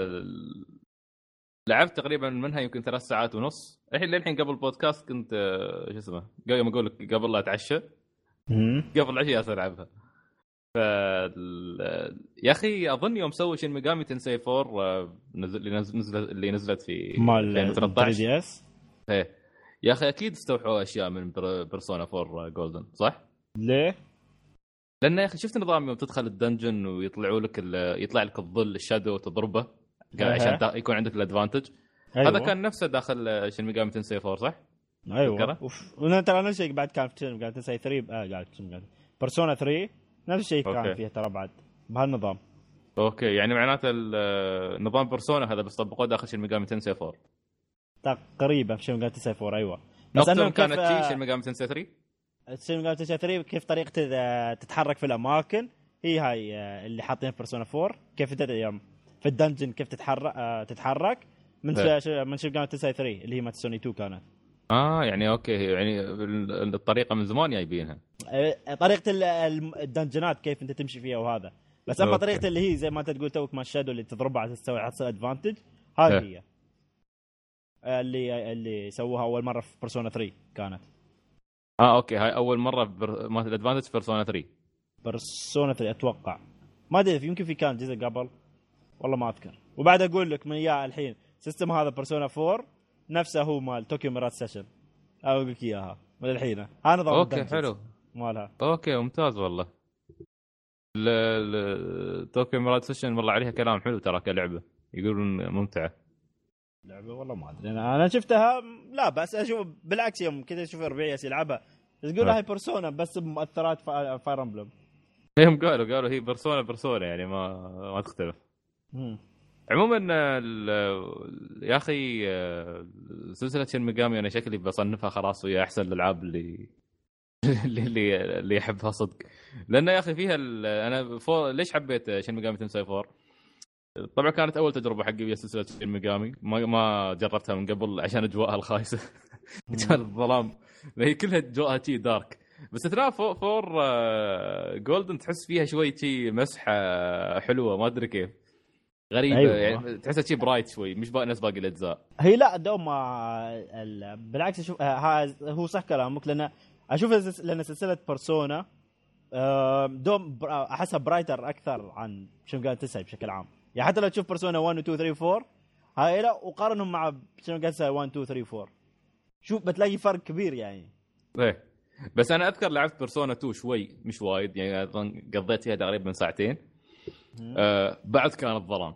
لعبت تقريبا منها يمكن ثلاث ساعات ونص. الحين للحين قبل البودكاست كنت شو اسمه قبل ما اقول لك قبل لا اتعشى قبل العشاء العبها. ف يا اخي اظن يوم سووا شين ميجامي تنسي أربعة نزل اللي نزل اللي نزلت في مال ألفين وثلاثة عشر ثري دي اس. ايه يا اخي اكيد استوحوا اشياء من بيرسونا أربعة جولدن صح؟ ليه؟ لان يا اخي شفت نظام يوم تدخل الدنجن ويطلعوا لك يطلع لك الظل الشادو وتضربه عشان تا... يكون عندك الادفانتج. أيوة. هذا كان نفسه داخل شين ميجامي تنسي أربعة صح؟ ايوه وانا ترى نفس الشيء بعد كان في شين ميجامي تنسي ثري اه قاعد بيرسونا ثري نفس الشيء كان أوكي. فيها ترى بعد بهالنظام. اوكي يعني معناته النظام بيرسونا هذا بس طبقوه داخل شين ميجامي تنسي أربعة تقريبا في شين ميجامي تنسي أربعة. ايوه بس انا كانت شيء شين ميجامي تنسي ثري شين ميجامي تنسي ثري كيف طريقه تتحرك في الاماكن هي هاي اللي حاطين في بيرسونا أربعة. كيف يوم في الدنجن كيف تتحرك تتحرك من ش... من شين ميجامي تنسي ثري اللي هي ماتسوني تو كانت. اه يعني اوكي يعني الطريقه من زمان جايبينها طريقه الدنجنات كيف انت تمشي فيها وهذا. بس اما طريقه اللي هي زي ما انت تقول توك مع الشادو اللي تضربها على تسوي حصل ادفانتج هذه هي اللي اللي سووها اول مره في بيرسونا ثري كانت. اه اوكي هاي اول مره بر... ما الادفانتج في بيرسونا ثري بيرسونا ثري اتوقع ما ادري يمكن في كان جزء قبل والله ما اذكر. وبعد اقول لك من اياه الحين سيستم هذا بيرسونا أربعة نفسه هو مال طوكيو ميراج سيشن اقول لك اياها من الحين ها نظام اوكي حلو مالها. اوكي ممتاز والله. ال طوكيو ميراج سيشن والله عليها كلام حلو ترى كلعبه يقولون ممتعه لعبه والله ما ادري انا انا شفتها لا بس اشوف بالعكس يوم كذا اشوف ربيعي يلعبها تقول هاي بيرسونا بس بمؤثرات فاير امبلم. هم قالوا قالوا هي بيرسونا بيرسونا يعني ما ما تختلف. مم. عموما يا اخي سلسله شين ميجامي انا شكلي بصنفها خلاص وهي احسن الالعاب اللي اللي اللي يحبها صدق. لان يا اخي فيها انا فور... ليش حبيت شين ميجامي تنسي أربعة؟ طبعا كانت اول تجربه حقي ويا سلسله شين ميجامي ما ما جربتها من قبل عشان اجواءها الخايسه كان الظلام هي كلها اجواءها تي دارك. بس ترى فور, فور جولدن تحس فيها شوي تي مسحه حلوه ما ادري كيف غريبه. أيوة. يعني تحسها شيء برايت شوي مش باقي ناس باقي الاجزاء هي لا دوم بالعكس اشوف هو صح كلامك لان اشوف لان سلسله بيرسونا دوم احسها برايتر اكثر عن شين ميجامي تنسي بشكل عام. يعني حتى لو تشوف بيرسونا واحد و اثنين و ثلاثة و أربعة هاي لا وقارنهم مع شين ميجامي تنسي واحد و اثنين و ثلاثة و أربعة شوف بتلاقي فرق كبير يعني. ايه بس انا اذكر لعبت بيرسونا تو شوي مش وايد يعني قضيت فيها تقريبا ساعتين آه بعد كانت ظلام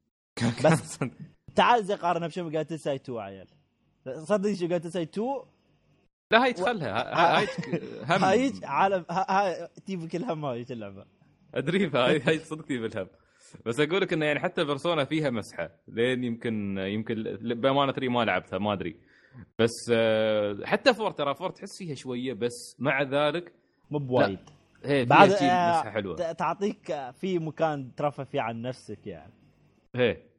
بس تعال زي قارنها بشين ميجامي تنسي تو عيال صدق شين ميجامي تنسي تو لا هاي تخلها هاي هم هاي عالم هاي تجيب كل هم هاي اللعبه ادري هاي هاي صدق تجيب الهم. بس اقول لك انه يعني حتى بيرسونا فيها مسحه لين يمكن يمكن بامانه ثري ما لعبتها ما ادري. بس حتى فور ترى فور تحس فيها شويه بس مع ذلك مو بوايد بعد مسحه حلوه تعطيك في مكان ترفه فيه عن نفسك يعني. ايه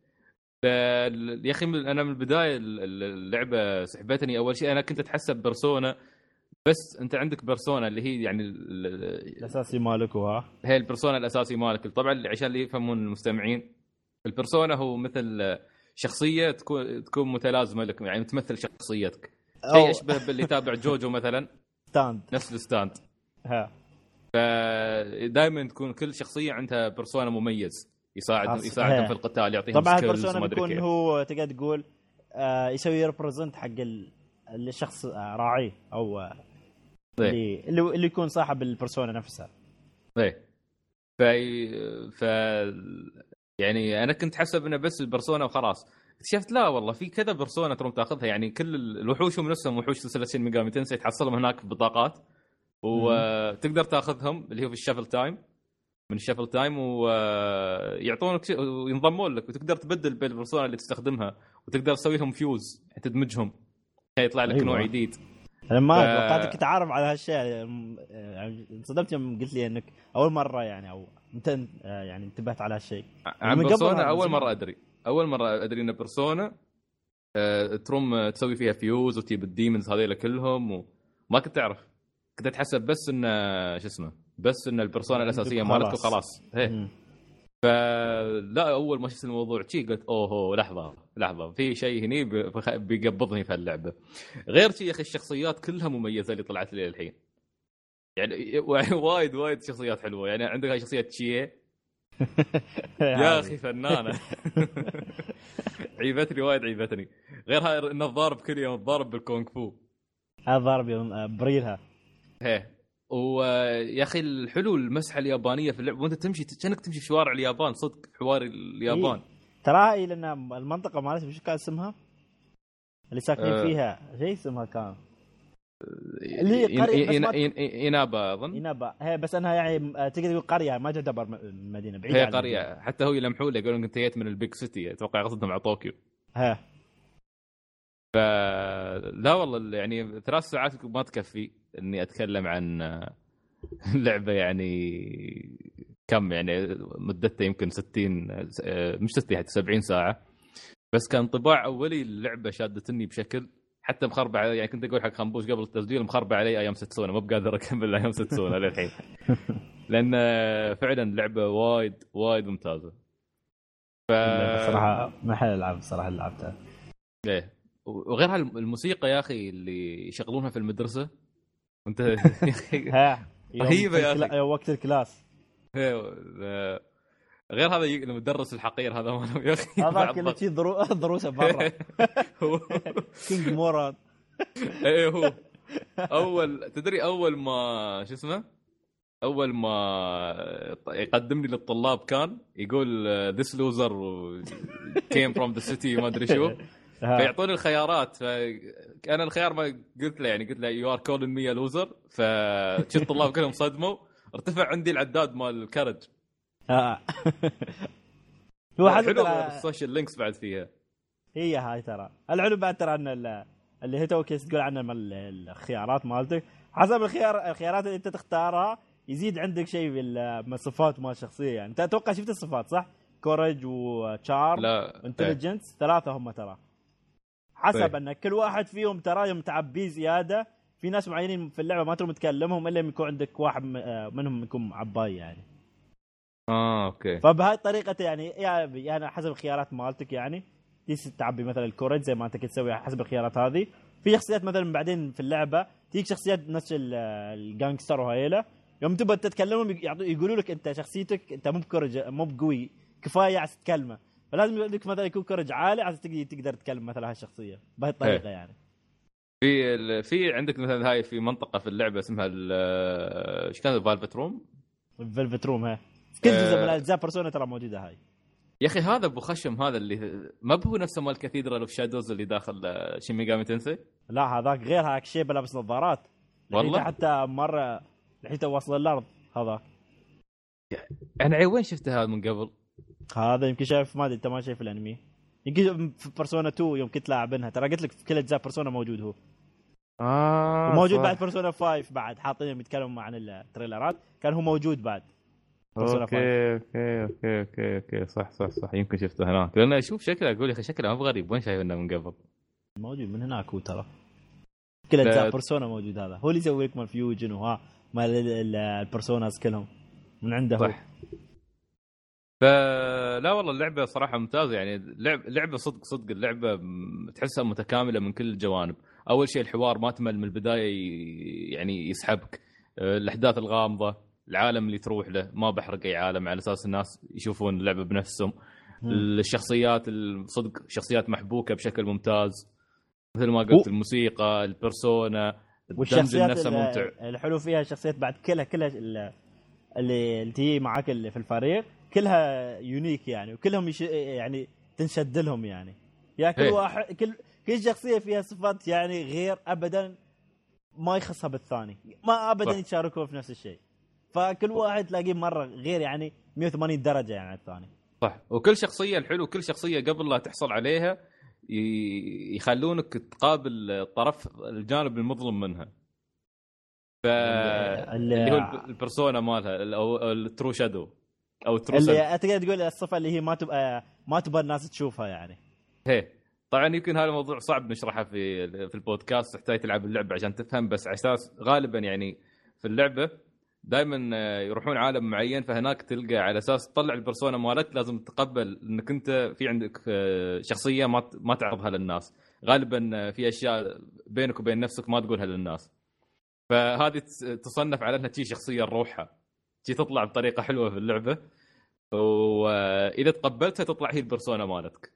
يا اخي انا من البدايه اللعبه سحبتني. اول شيء انا كنت اتحسب بيرسونا بس انت عندك بيرسونا اللي هي يعني الاساسي مالك وها هي البيرسونا الاساسي مالك. طبعا عشان اللي يفهمون المستمعين البيرسونا هو مثل شخصيه تكون تكون متلازمه لك يعني تمثل شخصيتك شيء يشبه باللي تابع جوجو مثلا ستاند نفس الستاند ها. فدائما تكون كل شخصيه عندها بيرسونا مميز يساعد يساعدهم في القتال يعطيهم طبعا البيرسونا بيكون هو تقدر تقول آه يسوي ريبريزنت حق الشخص آه راعيه او آه اللي اللي يكون صاحب البيرسونا نفسها. ايه ف ف يعني انا كنت حسب انه بس البيرسونا وخلاص. اكتشفت لا والله في كذا بيرسونا تروم تاخذها يعني كل الوحوش هم نفسهم وحوش سلسله شين ميجامي تنسي تحصلهم هناك ببطاقات وتقدر تاخذهم اللي هو في الشافل تايم من الشافل تايم ويعطونك وينضمون لك وتقدر تبدل بين البيرسونا اللي تستخدمها وتقدر تسوي لهم فيوز تدمجهم يطلع لك أيوة. نوع جديد. انا ما توقعتك ف... تعرف على هالشيء يعني انصدمت يوم قلت لي انك اول مره يعني او انت يعني انتبهت على هالشيء عن بيرسونا اول مره ادري اول مره ادري ان بيرسونا تروم تسوي فيها فيوز وتجيب الديمونز هذول كلهم وما كنت اعرف كنت اتحسب بس ان شو اسمه بس ان البيرسونا الاساسيه مالتك وخلاص هي فلا اول ما شفت الموضوع شي قلت اوه لحظه لحظه في شيء هني بيقبضني في اللعبه. غير شيء يا اخي الشخصيات كلها مميزه اللي طلعت لي الحين يعني وايد وايد شخصيات حلوه. يعني عندك هاي شخصيه تشيه يا اخي فنانه عيبتني وايد عيبتني. غير هاي انه ضارب كل يوم ضارب بالكونغ فو. هذا ضارب يوم بريلها. هي ويا اخي الحلو المسحه اليابانيه في اللعب وانت تمشي كأنك تمشي في شوارع اليابان صدق حوار اليابان. إيه. ترى هي لان المنطقه مالتها شو كان اسمها اللي ساكنين أه فيها شيء اسمها كان اللي هي قريه بس إنابا اظن إنابا هي بس انها يعني تقدر تقول قريه ما تعتبر مدينه بعيده. هي قريه المدينة. حتى هو يلمحوا له يقولون انت جيت من البيج سيتي اتوقع قصدهم على طوكيو. ها فلا والله يعني ثلاث ساعات ما تكفي اني اتكلم عن لعبه يعني كم يعني مدتها يمكن ستين مش ستين حتى سبعين ساعه. بس كان طباع اولي اللعبه شادتني بشكل حتى مخربع. يعني كنت اقول حق خنبوش قبل التسجيل مخربع علي ايام ستسونا ما بقادر اكمل ايام ستسونا للحين لان فعلا لعبه وايد وايد ممتازه. ف صراحه ما حل العب الصراحه اللي لعبتها. ايه وغيرها الموسيقى يا اخي اللي يشغلونها في المدرسه وانت ها رهيبه يا اخي كلا... وقت الكلاس. غير هذا المدرس الحقير هذا ماله يا اخي هذا كله شيء درو... دروسه برا كينج موراد. ايه هو اول تدري اول ما شو اسمه اول ما يقدمني للطلاب كان يقول this loser came from the city ما ادري شو فيعطوني الخيارات. فانا الخيار ما قلت له يعني قلت له you are calling me a loser. فشفت الطلاب كلهم صدموا ارتفع عندي العداد مال الكرج. اه هو حلو السوشيال لينكس بعد فيها. هي هاي ترى العلو بعد ترى ان اللي هي تو كيس تقول عنه مال الخيارات مالتك حسب الخيار الخيارات اللي انت تختارها يزيد عندك شيء بالصفات مال الشخصيه. يعني انت اتوقع شفت الصفات صح؟ كورج وشارم انتليجنس ثلاثه هم ترى حسب ان كل واحد فيهم ترى متعبي زياده. في ناس معينين في اللعبه ما تقدر تكلمهم الا يكون عندك واحد منهم يكون عباي يعني. اه اوكي. فبهاي الطريقه يعني يعني حسب الخيارات مالتك يعني تيجي تعبي مثلا الكورج زي ما انت كنت تسوي حسب الخيارات هذه. في شخصيات مثلا بعدين في اللعبه تيجي شخصيات نفس الجانجستر وهيله يوم تبغى تتكلمهم يقولوا لك انت شخصيتك انت مو بكورج مو بقوي كفايه على تتكلمه. فلازم يقول لك مثلا يكون كورج عالي عشان تقدر تقدر تتكلم مثلا هالشخصيه بهاي الطريقه يعني. في في عندك مثلا هاي في منطقه في اللعبه اسمها ايش كان فالفت روم فالفت روم ها في كل جزء من الاجزاء بيرسونا ترى موجوده هاي. يا اخي هذا ابو خشم هذا اللي ما هو نفسه مال كاثيدرال اوف شادوز اللي داخل شين ميجامي تنسي. لا هذاك غير هاك شيء بلبس نظارات والله حتى مره لحيته وصل الارض هذاك. انا وين شفت هذا من قبل؟ هذا يمكن شايف ما ادري انت ما شايف الانمي يمكن في بيرسونا تو يوم كنت لاعبينها ترى قلت لك في كل اجزاء بيرسونا موجود هو. اه وموجود بعد بيرسونا خمسة بعد حاطين يتكلموا عن التريلرات كان هو موجود بعد. اوكي اوكي اوكي اوكي اوكي صح صح صح يمكن شفته هناك لان اشوف شكله اقول يا اخي شكله ما غريب وين شايفه من قبل. موجود من هناك هو ترى كل اجزاء بيرسونا موجود. هذا هو اللي يسوي لك مال فيوجن وها مال البيرسوناز كلهم من عنده هو. فلا والله اللعبه صراحه ممتازه. يعني لعب لعبه صدق صدق اللعبه تحسها متكامله من كل الجوانب. اول شيء الحوار ما تمل من البدايه يعني يسحبك. الاحداث الغامضه العالم اللي تروح له ما بحرق اي عالم على اساس الناس يشوفون اللعبه بنفسهم. م. الشخصيات الصدق شخصيات محبوكه بشكل ممتاز مثل ما قلت. و... الموسيقى البيرسونا والشخصيات نفسها ممتع. الحلو فيها الشخصيات بعد كلها كلها اللي اللي هي معاك اللي في الفريق كلها يونيك يعني وكلهم يش... يعني تنشد لهم يعني. يا كل واحد كل كل شخصيه فيها صفات يعني غير ابدا ما يخصها بالثاني ما ابدا يتشاركوا في نفس الشيء. فكل واحد تلاقيه مره غير يعني مية وثمانين درجه يعني عن الثاني. صح. وكل شخصيه الحلو كل شخصيه قبل لا تحصل عليها يخلونك تقابل الطرف الجانب المظلم منها. ف اللي هو البيرسونا مالها او الترو شادو او الترو اللي تقدر تقول الصفه اللي هي ما تبقى ما تبغى الناس تشوفها يعني. هي طبعا يمكن هذا الموضوع صعب نشرحه في في البودكاست تحتاج تلعب اللعبه عشان تفهم. بس على اساس غالبا يعني في اللعبه دائما يروحون عالم معين فهناك تلقى على اساس تطلع البرسونا مالك لازم تتقبل انك انت في عندك شخصيه ما ما تعرضها للناس. غالبا في اشياء بينك وبين نفسك ما تقولها للناس. فهذه تصنف على انها شيء شخصيه لروحها، شيء تطلع بطريقه حلوه في اللعبه، واذا تقبلتها تطلع هي البرسونا مالتك.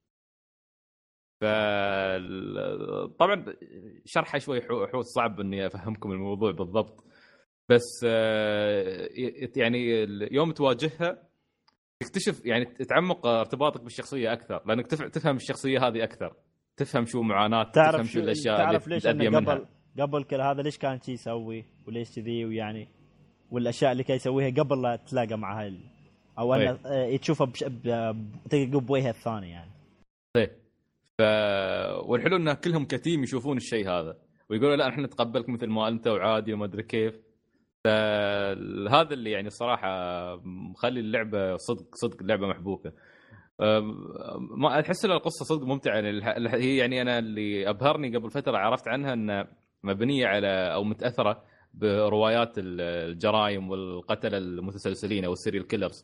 ف طبعا شرحها شوي حوس صعب اني افهمكم الموضوع بالضبط، بس يعني يوم تواجهها تكتشف يعني تعمق ارتباطك بالشخصيه اكثر، لانك تفهم الشخصيه هذه اكثر، تفهم شو معاناه، تفهم شو الاشياء اللي متأذية منها. قبل قبل كل هذا ليش كان شيء يسوي وليش كذي، ويعني والاشياء اللي كان يسويها قبل لا تلاقى مع هاي او انه تشوفها بش... تلقى بوجهها الثاني يعني. طيب ف والحلو ان كلهم كتيم يشوفون الشيء هذا ويقولوا لا احنا نتقبلك مثل ما انت وعادي وما ادري كيف. فهذا اللي يعني الصراحه مخلي اللعبه صدق صدق اللعبه محبوكه. ما احس ان القصه صدق ممتعه يعني. هي يعني انا اللي ابهرني قبل فتره عرفت عنها ان مبنيه على او متاثره بروايات الجرائم والقتله المتسلسلين او السيريال كيلرز.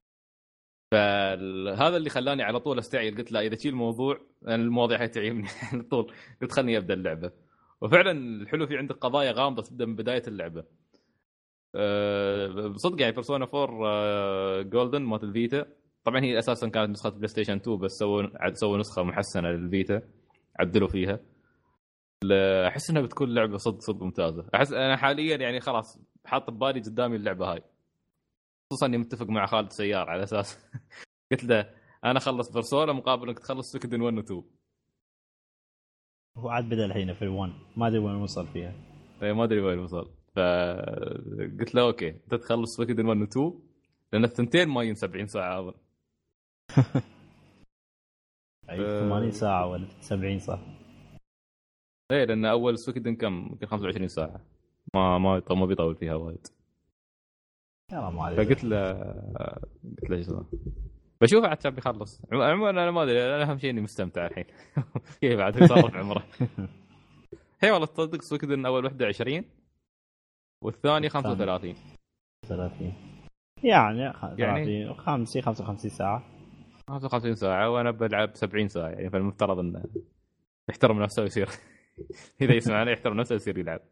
فهذا اللي خلاني على طول استعير، قلت لا اذا شيء الموضوع انا المواضيع هي تعيبني على طول، قلت خلني ابدا اللعبه. وفعلا الحلو في عندك قضايا غامضه تبدا من بدايه اللعبه. أه بصدق يعني بيرسونا فور جولدن مات الفيتا، طبعا هي اساسا كانت نسخه بلاي ستيشن تو بس سووا سووا نسخه محسنه للفيتا عدلوا فيها. احس انها بتكون لعبه صدق صدق ممتازه. احس انا حاليا يعني خلاص حاط ببالي قدامي اللعبه هاي، خصوصا اني متفق مع خالد سيار على اساس قلت له انا اخلص بيرسونا مقابل انك تخلص سكدن واحد و اثنين. هو عاد بدا الحين في الوان ما ادري وين وصل فيها. اي ما ادري وين وصل. فقلت له اوكي انت تخلص سكدن واحد و اثنين لان الثنتين ما سبعين ساعه اظن. اي ثمانين ساعه ولا سبعين صح. ايه لان اول سكدن كم يمكن خمسة وعشرين ساعه، ما ما ما بيطول فيها وايد. يلا ما ادري. فقلت له قلت له ايش بشوف عاد شاب يخلص. عموما انا ما ادري، انا اهم شيء اني مستمتع الحين. كيف بعد يصرف عمره. هي والله تصدق سكدن اول واحد وعشرين والثاني خمسة وثلاثين ثلاثين يعني ثلاثين خمسين خمسة وخمسين ساعه خمسة وخمسين ساعه وانا بلعب سبعين ساعه يعني. فالمفترض انه يحترم نفسه ويصير اذا يسمعنا يحترم نفسه ويصير يلعب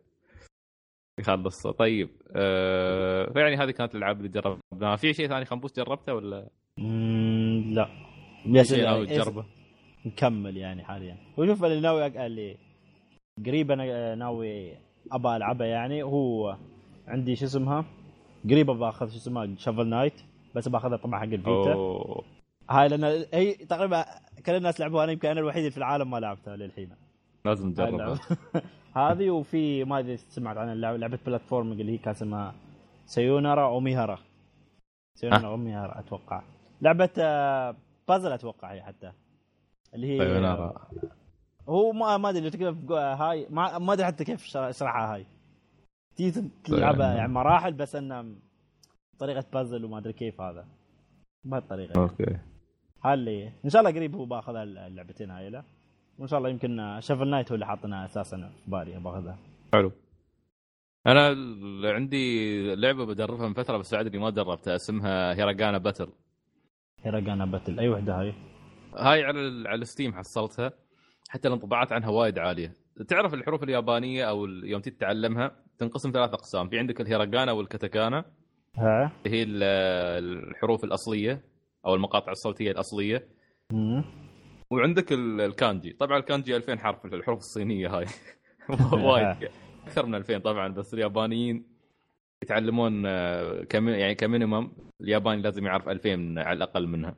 يخلص. طيب أه... فيعني هذه كانت الالعاب اللي جربناها. في شيء ثاني خنبوش جربته ولا مم لا بس ناوي تجربه؟ نكمل يعني حاليا وشوف اللي ناوي اللي قريب انا ناوي ابى العبها يعني. هو عندي شو اسمها قريبه باخذ شو اسمها شافل نايت بس باخذها طبعا حق الفيتا. أوه. هاي لان هي تقريبا كل الناس لعبوها انا يمكن انا الوحيد في العالم ما لعبتها للحين. لازم تجربها هذه. وفي ما ادري سمعت عن اللعبه لعبه بلاتفورم اللي هي كان اسمها سيونارا اوميهارا. سيونارا اوميهارا اتوقع لعبه بازل اتوقع هي حتى اللي هي سيونارا. هو ما ما ادري كيف هاي ما ما ادري حتى كيف اشرحها. هاي تيجي تلعبها يعني مراحل بس انها طريقه بازل وما ادري كيف هذا بهالطريقه. اوكي هاي اللي ان شاء الله قريب هو باخذ اللعبتين هاي له وان شاء الله يمكن شافل نايت هو اللي حاطنا اساسا في بالي باخذها. حلو. انا عندي لعبه بدربها من فتره بس بعد اني ما دربتها اسمها هيراغانا باتل. هيراغانا باتل اي وحده هاي؟ هاي على على ستيم حصلتها حتى الانطباعات عنها وايد عاليه. تعرف الحروف اليابانيه او يوم تتعلمها تنقسم ثلاث اقسام. في عندك الهيراغانا والكاتاكانا ها هي الحروف الاصليه او المقاطع الصوتيه الاصليه. امم وعندك الكانجي. طبعا الكانجي ألفين حرف الحروف الصينيه هاي وايد اكثر من ألفين طبعا. بس اليابانيين يتعلمون كم يعني كمينيمم الياباني لازم يعرف ألفين على الاقل منها.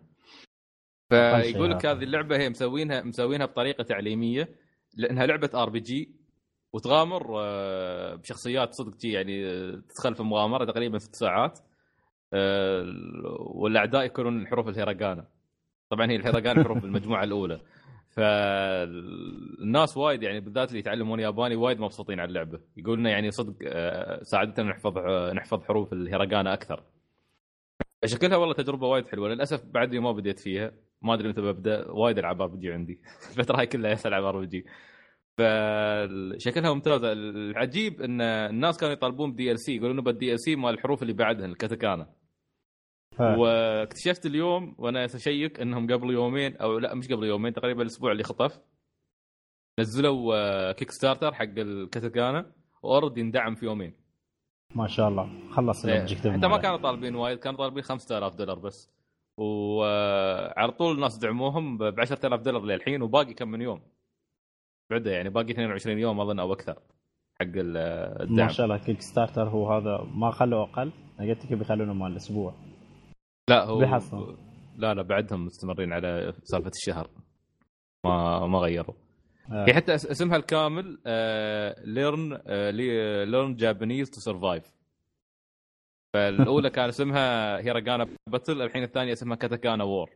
فيقول لك هذه اللعبه هي مسوينها مسوينها بطريقه تعليميه لانها لعبه ار بي جي وتغامر بشخصيات صدق يعني تدخل في مغامره تقريبا ست ساعات والاعداء يكونون الحروف الهيراغانا. طبعا هي الهيراغانا حروف المجموعه الاولى. فالناس وايد يعني بالذات اللي يتعلمون ياباني وايد مبسوطين على اللعبه. يقولنا يعني صدق ساعدتنا نحفظ نحفظ حروف الهيراغانا اكثر. شكلها والله تجربه وايد حلوه. للاسف بعد ما بديت فيها ما ادري متى ببدا. وايد العاب ار بي جي عندي الفتره هاي كلها العب ار بي جي. فشكلها ممتازه. العجيب ان الناس كانوا يطالبون بدي ال سي يقولون نبى الدي ال سي مال الحروف اللي بعدها الكاتاكانا. واكتشفت اليوم وانا اشيك انهم قبل يومين او لا مش قبل يومين تقريبا الاسبوع اللي خطف نزلوا كيك ستارتر حق الكاتاكانا واوردي يندعم في يومين. ما شاء الله خلص الاوبجيكتيف. حتى ما كانوا طالبين وايد، كانوا طالبين خمسة آلاف دولار بس، وعلى طول الناس دعموهم ب عشرة آلاف دولار للحين، وباقي كم من يوم بعده، يعني باقي اثنين وعشرين يوم اظن او اكثر حق الدعم. ما شاء الله كيك ستارتر هو هذا ما خلوه اقل، انا قلت كيف بيخلونه مال الاسبوع. لا هو بيحصل. لا لا بعدهم مستمرين على سالفه الشهر، ما ما غيروا. آه. هي حتى اسمها الكامل ليرن ليرن جابانيز تو سرفايف. فالاولى كان اسمها هيراغانا باتل، الحين الثانيه اسمها كاتاكانا وور.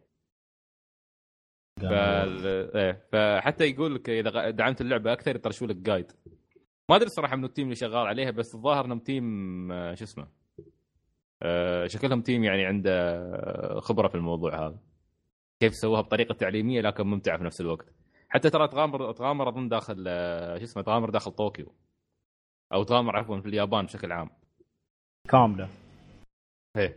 فحتى يقول لك اذا دعمت اللعبه اكثر يطرشوا لك جايد. ما ادري صراحه من التيم اللي شغال عليها، بس الظاهر انهم تيم شو اسمه شكلهم تيم يعني عنده خبره في الموضوع هذا، كيف سووها بطريقه تعليميه لكن ممتعه في نفس الوقت. حتى ترى تغامر تغامر اظن داخل شو اسمه تغامر داخل طوكيو، او تغامر عفوا في اليابان بشكل عام كامله. هي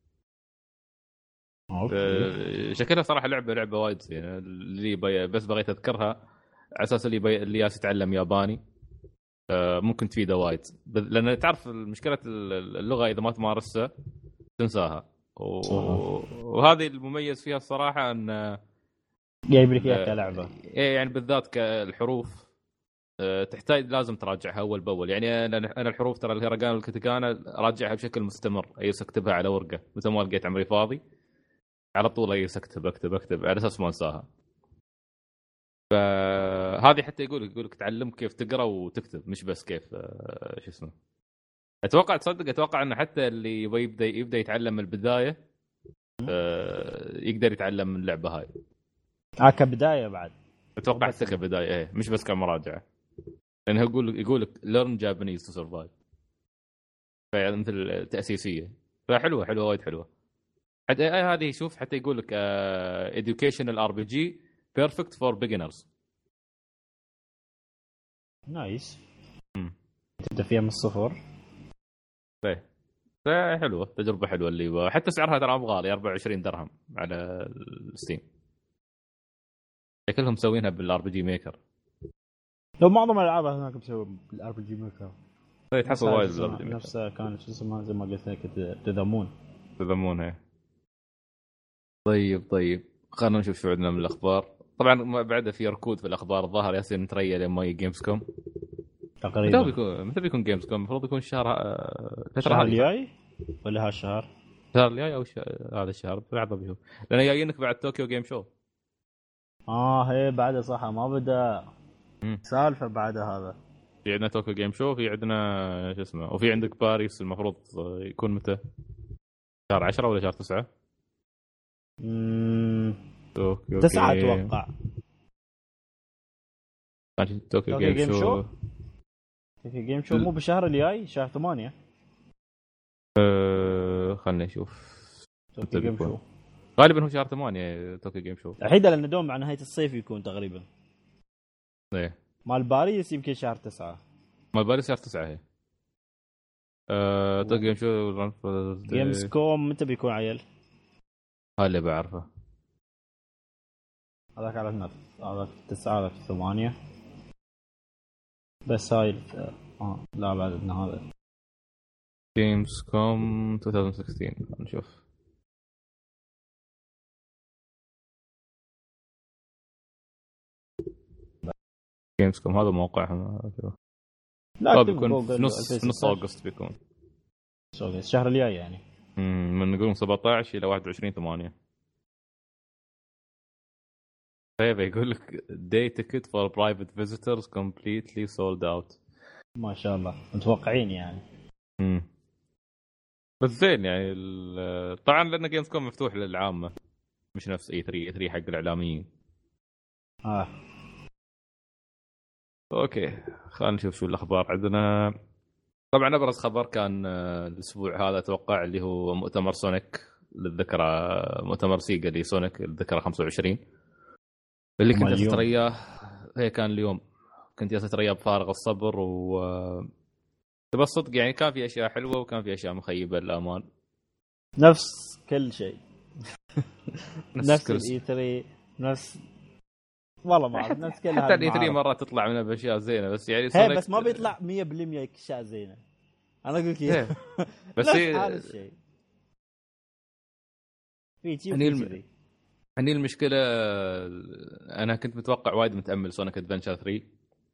شكلها صراحه لعبه لعبه وايد زينه. اللي بي بس بغيت اذكرها على اساس اللي بي اللي ياس يتعلم ياباني ممكن تفيده وايد، لان تعرف مشكله اللغه اذا ما تمارسها تنساها. وهذه المميز فيها الصراحه ان جايب لك اياها كلعبه، يعني بالذات كالحروف تحتاج لازم تراجعها اول باول. يعني انا الحروف ترى الهيراغانا والكاتاكانا راجعها بشكل مستمر، اي اكتبها على ورقه مثل ما لقيت عمري فاضي على طول اي اكتب اكتب اكتب على اساس ما انساها. فهذه حتى يقول يقول لك تعلم كيف تقرا وتكتب، مش بس كيف شو اسمه. اتوقع تصدق اتوقع انه حتى اللي يبي يبدا يبدا يتعلم من البدايه يقدر يتعلم من اللعبه هاي. اه كبدايه بعد اتوقع حتى كبدايه ايه مش بس كمراجعه، لانه يقول يقول لك learn Japanese to survive، فيعني مثل تاسيسيه. فحلوه حلوه وايد حلوه. حتى هذه شوف حتى يقول لك uh, educational ار بي جي perfect for beginners. نايس. تبدا فيها من الصفر. ايه فحلوه تجربه حلوه اللي يبغى. حتى سعرها ترى مو غالي أربعة وعشرين درهم على الستيم. كلهم مسوينها بالار بي جي ميكر. لو معظم الالعاب هناك مسوي بالار بي جي ميكر. اي تحصل وايد بالار بي جي ميكر. نفسها كانت شو اسمها زي ما قلت لك تذمون تذمون هي. طيب طيب خلينا نشوف شو عندنا من الاخبار. طبعا بعد في ركود في الاخبار الظاهر ياسين نتريا لما يجي جيمز كوم تقريبا. متى بيكون متى بيكون جيمز كوم؟ المفروض يكون الشهر الشهر الجاي ولا هالشهر؟ الشهر الجاي او ش... هذا الشهر بعد بيشوف، لان جايينك بعد طوكيو جيم شو. اه هي بعد صح ما بدا مم. سالفه بعد هذا. في عندنا طوكيو جيم شو، في عندنا شو اسمه، وفي عندك باريس المفروض يكون متى؟ شهر عشرة ولا شهر تسعة؟ امم تسعة اتوقع. طوكيو جيم, جيم شو طوكيو جيم شو مو بشهر الجاي شهر ثمانية. أه... خلنا نشوف. طوكيو جيم شو غالبا هو شهر ثمانية طوكيو جيم شو الحين لان دوم مع نهايه الصيف يكون تقريبا. ايه مال باريس يمكن شهر تسعة. مال باريس شهر تسعة هي. أه... طوكيو جيم شو جيمز كوم متى بيكون عيل؟ هاي اللي بعرفه. هذاك على النت هذا تسعة هذا ثمانية بس هاي اه لا بعد هذا جيمز كوم ألفين وستة عشر نشوف. جيمز كوم هذا موقعهم. لا بيكون في نص نص أغسطس بيكون الشهر الجاي يعني. امم من نقول سبعة عشر الى واحد وعشرين ثمانية. طيب يقول لك day ticket for private visitors completely sold out. ما شاء الله متوقعين يعني. امم بس زين يعني طبعا لان جيمز كوم مفتوح للعامه مش نفس اي ثري اي ثري حق الاعلاميين. اه اوكي خلينا نشوف شو الاخبار عندنا. طبعا ابرز خبر كان الاسبوع هذا اتوقع اللي هو مؤتمر سونيك للذكرى، مؤتمر سيجا لسونيك الذكرى خمسة وعشرين اللي كنت اترياه. هي كان اليوم كنت اترياه بفارغ الصبر و بس صدق يعني كان في اشياء حلوه وكان في اشياء مخيبه للامان. نفس كل شيء. نفس, نفس الاي ثري نفس والله ما اعرف ناس كلها حتى الاي ثري مرات تطلع منها باشياء زينه بس يعني هي بس ما بيطلع مية بالمية اشياء زينه. انا اقول لك بس هذا الشيء في شيء هني الم... هني المشكله. انا كنت متوقع وايد متامل سونيك ادفنتشر ثري.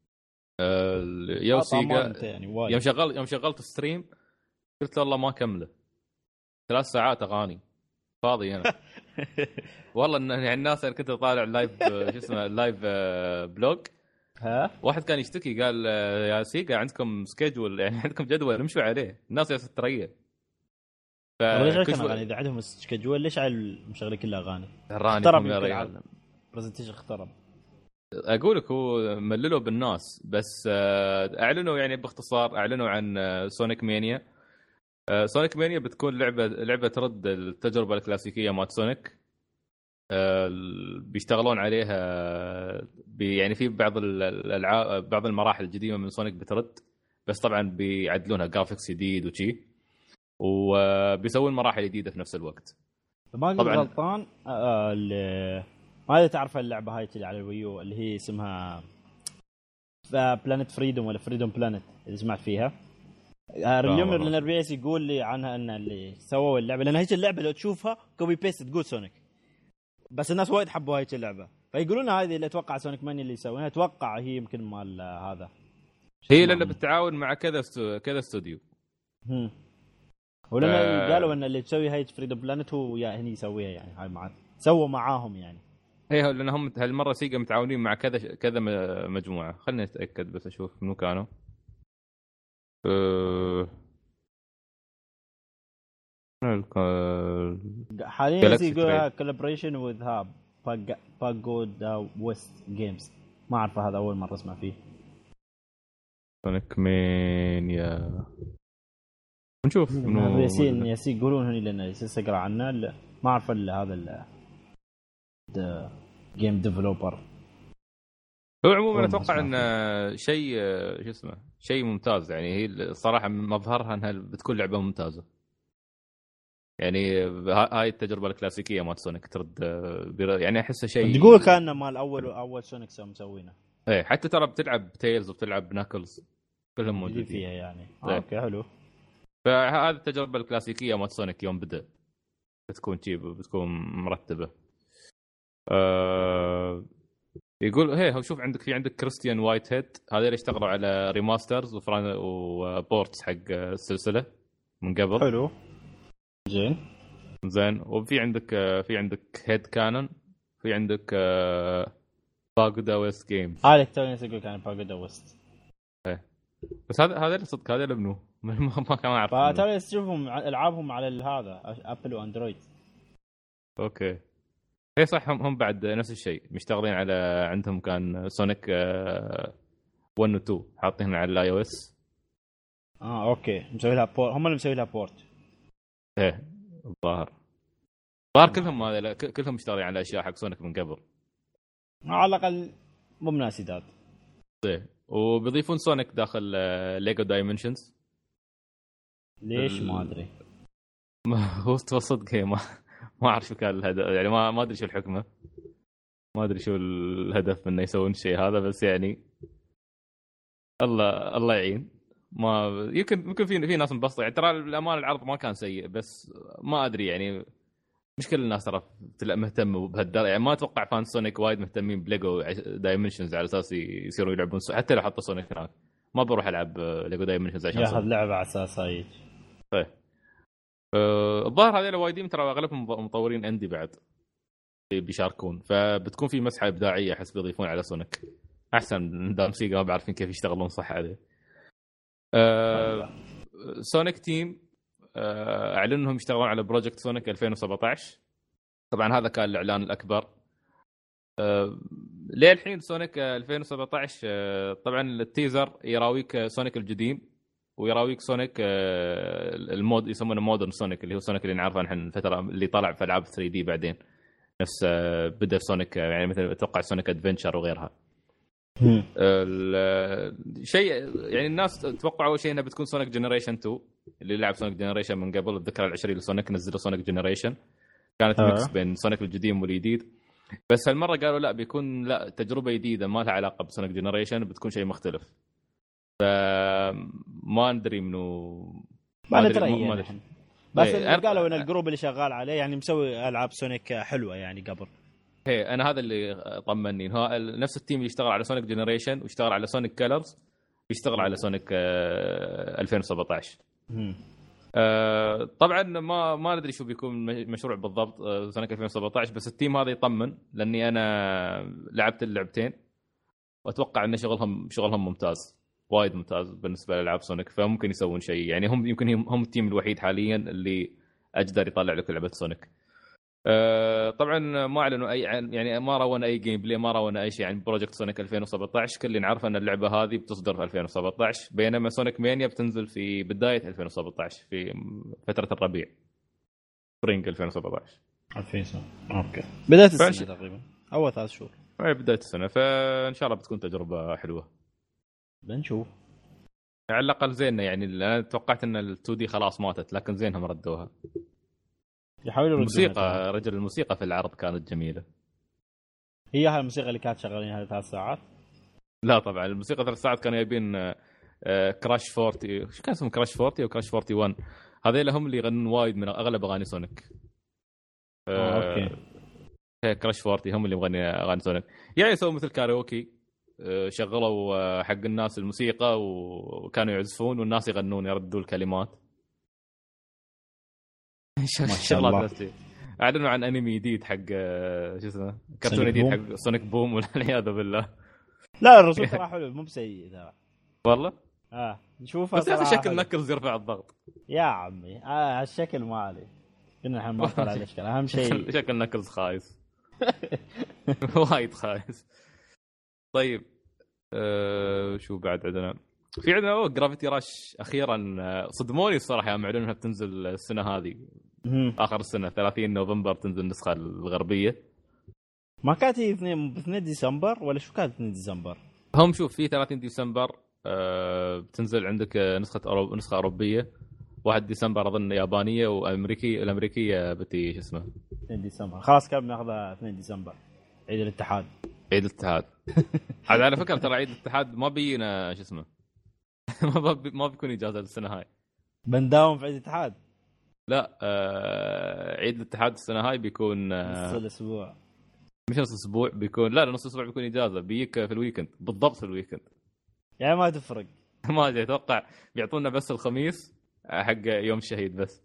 يو سيجا يعني يوم شغل يوم شغلت ستريم قلت والله ما كمله ثلاث ساعات اغاني فاضي انا. والله ان يعني الناس اللي كنت اطالع لايف شو اسمه لايف بلوج ها واحد كان يشتكي قال يا سيجا عندكم سكيدول يعني عندكم جدول امشوا عليه الناس يا ستريه. ليش كان اغاني اذا عندهم سكيدول ليش على مشغلين كل اغاني اخترب يا ريال برزنتيشن اخترب. اقول لك هو مللوا بالناس بس اعلنوا يعني باختصار اعلنوا عن سونيك مانيا. سونيك مانيا بتكون لعبه لعبه ترد التجربه الكلاسيكيه مال سونيك. بيشتغلون عليها يعني في بعض الالعاب بعض المراحل الجديده من سونيك بترد بس طبعا بيعدلونها جرافيكس جديد وشي وبيسوون مراحل جديده في نفس الوقت. ما طبعا غلطان آه ما تعرف اللعبه هاي اللي على الويو اللي هي اسمها بلانت فريدوم ولا فريدوم بلانت اللي سمعت فيها. اليوم اللي نربيس يقول لي عنها ان اللي سووا اللعبه لان هيك اللعبه لو تشوفها كوبي بيست تقول سونيك بس الناس وايد حبوا هاي اللعبه فيقولون هذه اللي اتوقع سونيك ماني اللي يسويها اتوقع هي يمكن مال هذا هي اللي بالتعاون مع كذا استو... كذا استوديو. امم ولما ف... قالوا ان اللي تسوي هاي فريدوم بلانت هو يا هني يسويها يعني هاي معاه سووا معاهم يعني. ايه لانهم هالمره سيجا متعاونين مع كذا كذا مجموعه. خليني اتاكد بس اشوف منو كانوا. أه... حاليا سيجا كولابوريشن وذ هاب باغودا ويست جيمز ما اعرف هذا اول مره اسمع فيه. سونيك مانيا نشوف منو ياسين ياسين يقولون هني لان لسه اقرا عنه ما اعرف الا هذا ال جيم ديفلوبر. هو عموما اتوقع ان شيء شو اسمه شيء ممتاز يعني هي الصراحه مظهرها انها بتكون لعبه ممتازه يعني هاي التجربه الكلاسيكيه مال سونيك ترد يعني احسها شيء تقول كان مال اول اول سونيك مسوينه. ايه حتى ترى بتلعب تيلز وبتلعب ناكلز كلهم موجودين فيها يعني آه اوكي حلو. فهذه التجربه الكلاسيكيه مال سونيك يوم بدا بتكون تجيب بتكون مرتبه. أه يقول هي هو شوف عندك في عندك كريستيان وايت هيد هذول اللي اشتغلوا على ريماسترز وفران وبورتس حق السلسله من قبل. حلو زين زين وفي عندك في عندك هيد كانون في عندك باغودا ويست جيمز. هذا التوني يقول كان باغودا ويست ايه بس هذا هذا اللي صدق هذا منو ما ما كان اعرف. فترى تشوفهم العابهم على هذا ابل واندرويد. اوكي هي صح هم هم بعد نفس الشيء مشتغلين على عندهم كان سونيك واحد و اثنين حاطينها على الاي او اس. اه اوكي مسوي لها بورت هم اللي مسوي لها بورت. ايه الظاهر الظاهر كلهم هذا كلهم مشتغلين على اشياء حق سونيك من قبل على الاقل مو مناسدات. ايه وبيضيفون سونيك داخل ليجو دايمنشنز. ليش ال... ما ادري هو صدق ما ما اعرف شو كان الهدف يعني ما ما ادري شو الحكمه ما ادري شو الهدف منه يسوون الشيء هذا بس يعني الله الله يعين. ما يمكن يمكن في في ناس مبسطه يعني ترى الامان العرض ما كان سيء بس ما ادري يعني مش كل الناس ترى مهتم بهالدرجه يعني ما اتوقع فان سونيك وايد مهتمين بليجو دايمنشنز على اساس يصيروا يلعبون حتى لو حطوا سونيك هناك ما بروح العب ليجو دايمنشنز عشان ياخذ لعبه على اساس هاي. طيب أه الظاهر هذول وايدين ترى اغلبهم مطورين اندي بعد بيشاركون فبتكون في مسحه ابداعيه احس بيضيفون على سونيك احسن دام سيجا ما بعرفين كيف يشتغلون صح عليه. أه سونيك تيم أه اعلنوا انهم يشتغلون على بروجكت سونيك ألفين وسبعة عشر. طبعا هذا كان الاعلان الاكبر. أه ليه الحين سونيك ألفين وسبعة عشر أه طبعا التيزر يراويك سونيك القديم ويراويك سونيك المود يسمونه مودرن سونيك اللي هو سونيك اللي نعرفه نحن الفتره اللي طلع في العاب ثري دي بعدين نفس بدا سونيك يعني مثل اتوقع سونيك ادفنتشر وغيرها. الشيء يعني الناس توقعوا اول شيء انها بتكون سونيك جنريشن تو اللي لعب سونيك جنريشن من قبل الذكرى العشرين لسونيك نزلوا سونيك جنريشن كانت أه. ميكس بين سونيك القديم والجديد. بس هالمره قالوا لا بيكون لا تجربه جديده ما لها علاقه بسونيك جنريشن، بتكون شيء مختلف. فما ندري منو ما أدري- ندري ما- ما نحن. أدري. بس إيه، اللي أنا- قالوا ان الجروب اللي شغال عليه يعني مسوي العاب سونيك حلوه يعني قبل. هي انا هذا اللي طمني، هو نفس التيم اللي يشتغل على سونيك جنريشن ويشتغل على سونيك كلرز يشتغل على سونيك آه، ألفين وسبعطعش. مم. آه، طبعا ما ما ندري شو بيكون مشروع بالضبط آه، سونيك ألفين وسبعطعش، بس التيم هذا يطمن لاني انا لعبت اللعبتين واتوقع ان شغلهم شغلهم ممتاز، وايد ممتاز بالنسبه لالعاب سونيك، فممكن يسوون شيء يعني. هم يمكن هم هم التيم الوحيد حاليا اللي اقدر يطلع لك لعبه سونيك. أه طبعا ما اعلنوا اي عن يعني ما رونا اي جيم بلاي، ما رونا اي شيء عن بروجكت سونيك ألفين وسبعطعش. كل اللي نعرفه ان اللعبه هذه بتصدر في ألفين وسبعطعش، بينما سونيك مانيا بتنزل في بدايه ألفين وسبعطعش في فتره الربيع، سبرينج ألفين وسبعطعش. ألفين سنه اوكي، بدايه السنه فش- تقريبا اول ثلاث شهور. أي بدايه السنه، فان شاء الله بتكون تجربه حلوه بنشوف. على الاقل زين يعني. انا توقعت ان ال2 دي خلاص ماتت، لكن زينهم ردوها. يحاولوا يردونها. الموسيقى رجل الموسيقى في العرض كانت جميله. هي هاي الموسيقى اللي كانت شغالين هذه ثلاث ساعات. لا طبعا الموسيقى ثلاث ساعات كانوا يبين آه، كراش أربعين، شو كان اسمه كراش أربعين او كراش واحد وأربعين، هذول هم اللي يغنون وايد من اغلب اغاني سونيك. آه، اوكي. هي كراش أربعين هم اللي مغني اغاني سونيك، يعني يسوون مثل كاراوكي. آه، شغلوا آه، حق الناس الموسيقى وكانوا يعزفون والناس يغنون يردوا الكلمات. ما شاء الله. شغلات. اعلنوا عن انمي جديد حق آه، شو اسمه كرتون سونيك جديد بوم؟ حق سونيك بوم والعياذ بالله. لا الرسوم ترى حلو مو بسيء ترى. والله اه نشوفها بس يا اخي صراحة شكل حلو. نكلز يرفع الضغط. يا عمي اه هالشكل ما عليه، كنا الحين ما طلع الاشكال اهم شيء. شكل نكلز خايس. وايد خايس. طيب أه شو بعد عندنا؟ في عندنا اوه جرافيتي راش اخيرا. آه، صدموني الصراحه يوم اعلنوا انها بتنزل السنه هذه مهم. اخر السنه ثلاثين نوفمبر تنزل النسخه الغربيه. ما كانت هي اثنين اثنين ديسمبر ولا شو كانت اثنين ديسمبر؟ هم شوف في ثلاثين ديسمبر أه بتنزل عندك آه، نسخه أوروب... نسخه اوروبيه. واحد ديسمبر اظن يابانيه وامريكي الامريكيه بتي شو اسمه اثنين ديسمبر خلاص كان بناخذها اثنين ديسمبر عيد الاتحاد. عيد الاتحاد. عاد على فكره ترى عيد الاتحاد ما بينا شو اسمه ما بي... ما بيكون اجازه السنه هاي. بنداوم في عيد الاتحاد لا آه... عيد الاتحاد السنه هاي بيكون آه... نص الاسبوع. مش نص اسبوع بيكون، لا نص اسبوع بيكون اجازه بيجيك في الويكند بالضبط في الويكند. يعني ما تفرق. ما ادري اتوقع بيعطونا بس الخميس حق يوم الشهيد بس.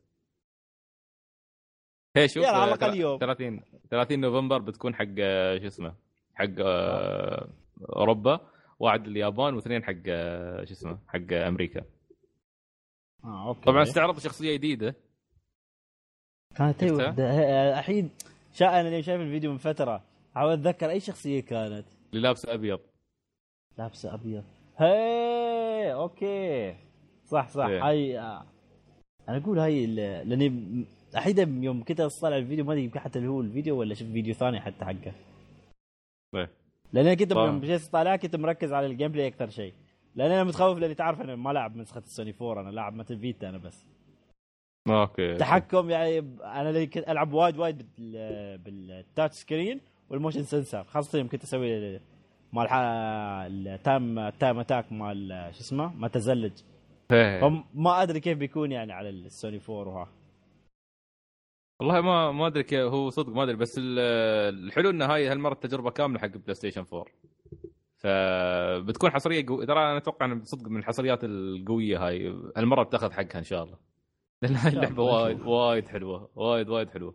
هي شوف يلا على آه، الأقل يوم. ثلاثين ثلاثين نوفمبر بتكون حق آه، شو اسمه حق آه، اوروبا، واحد اليابان واثنين حق آه، شو اسمه حق امريكا. اه اوكي. طبعا استعرض شخصيه جديده كانت شفتها؟ ايوه ده- الحين شا انا اللي شايف الفيديو من فتره احاول اتذكر اي شخصيه كانت اللي لابس ابيض. لابسه ابيض. هي اوكي صح صح إيه. هاي آه. انا اقول هاي ال- لاني م- احيانا يوم كنت اطلع الفيديو ما ادري يمكن حتى اللي هو الفيديو ولا شفت فيديو ثاني حتى حقه، إيه. لان انا كنت طبعاً. يوم جيت طالع كنت مركز على الجيم بلاي اكثر شيء، لان انا متخوف لاني تعرف انا ما لاعب نسخه السوني فور، انا لاعب مثل فيتا انا بس اوكي تحكم يعني. انا اللي كنت العب وايد وايد بال بالتاتش سكرين والموشن سنسر، خاصه يوم كنت اسوي مال التايم التايم اتاك مال شو اسمه ما تزلج، إيه. فما ادري كيف بيكون يعني على السوني فور وها. والله ما ما ادري كيف هو صدق ما ادري، بس ال- الحلو ان هاي هالمره التجربه كامله حق بلاي ستيشن فور، فبتكون حصريه قو... ترى انا اتوقع ان صدق من الحصريات القويه هاي هالمره بتاخذ حقها ان شاء الله، لان هاي اللعبه الله وايد نشوف. وايد حلوه وايد وايد حلوه.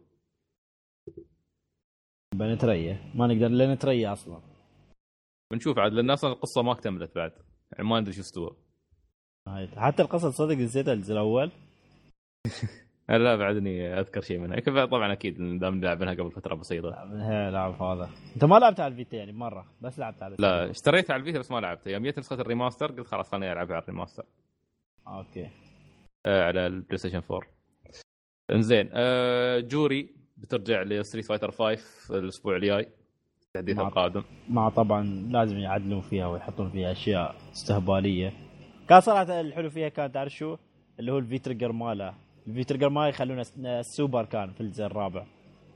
بنتريا ما نقدر لين نتريا اصلا. بنشوف عاد لان اصلا القصه ما اكتملت بعد، يعني ما ندري شو استوى. هاي. حتى القصه صدق نسيتها الجزء الاول. أنا لا بعدني اذكر شيء منها، كيف طبعا اكيد دام لاعبينها قبل فتره بسيطه. هي لعب هذا انت ما لعبت على الفيتا يعني مره بس لعبت على لا السوني. اشتريتها على الفيتا بس ما لعبتها، يوم جت نسخه الريماستر قلت خلاص خليني العبها على الريماستر اوكي آه على البلاي ستيشن فور. انزين آه جوري بترجع لستريت فايتر خمسة الاسبوع الجاي التحديث مع- القادم. مع طبعا لازم يعدلون فيها ويحطون فيها اشياء استهباليه. كان صراحه الحلو فيها كان تعرف شو اللي هو الفي تريجر ماله، الفي تريجر ماله يخلونه س- السوبر كان في الجزء الرابع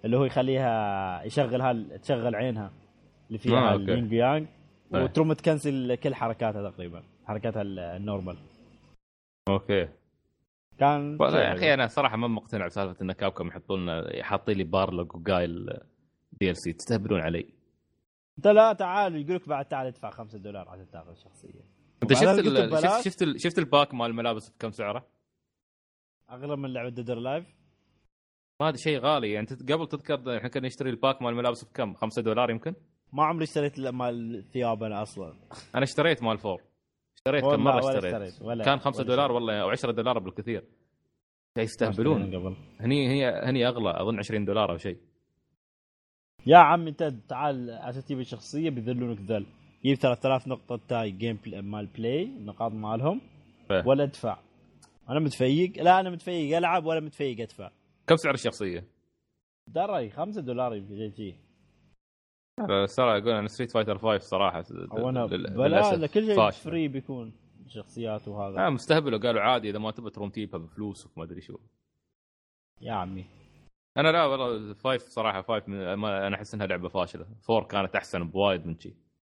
اللي هو يخليها يشغل هال تشغل عينها اللي فيها آه، الينج يانج أي. وتروم تكنسل كل حركاتها تقريبا حركاتها ال- النورمال. اوكي. كان والله شيء يا اخي حلو. انا صراحه ما مقتنع بسالفه ان كابكم يحطون حاطين لي بارلوج وجايل دي ال سي، تستهبلون علي. انت لا تعال يقول لك بعد تعال ادفع خمسة دولار عشان تاخذ الشخصيه. انت شفت وبعدين قلت ال... شفت ببلاش شفت ال... شفت الباك مال الملابس بكم سعره؟ اغلى من لعبه ديد لايف. ما هذا شيء غالي يعني. انت قبل تذكر احنا كنا نشتري الباك مال الملابس بكم؟ خمسة دولار يمكن. ما عمري اشتريت مال الثياب انا اصلا. انا اشتريت مال فور، اشتريت كم والله مره ولا اشتريت, اشتريت ولا كان خمسة ولا دولار اشتريت. والله او عشرة دولار بالكثير. شيء يستهبلون. ما اشترينا قبل. هني هي هني اغلى اظن عشرين دولار او شيء. يا عم انت تعال عشان تجيب الشخصيه بيذلونك ذل. جيب ثلاثة آلاف نقطه تاي جيم بلاي مال بلاي النقاط مالهم فه. ولا ادفع. انا متفيق لا انا متفيق العب ولا متفيق ادفع. كم سعر الشخصيه؟ دري خمسة دولار يمكن شيء. صراحه اقول انا ستريت فايتر خمسة صراحه او انا لل- بلا للأسف كل شيء فاشلة. فري بيكون شخصيات وهذا. آه مستهبلوا قالوا عادي اذا ما تبي تروم تجيبها بفلوس وما ادري شو. يا عمي انا لا والله فايف صراحه فايف من ما انا احس انها لعبه فاشله. فور كانت احسن بوايد من شي.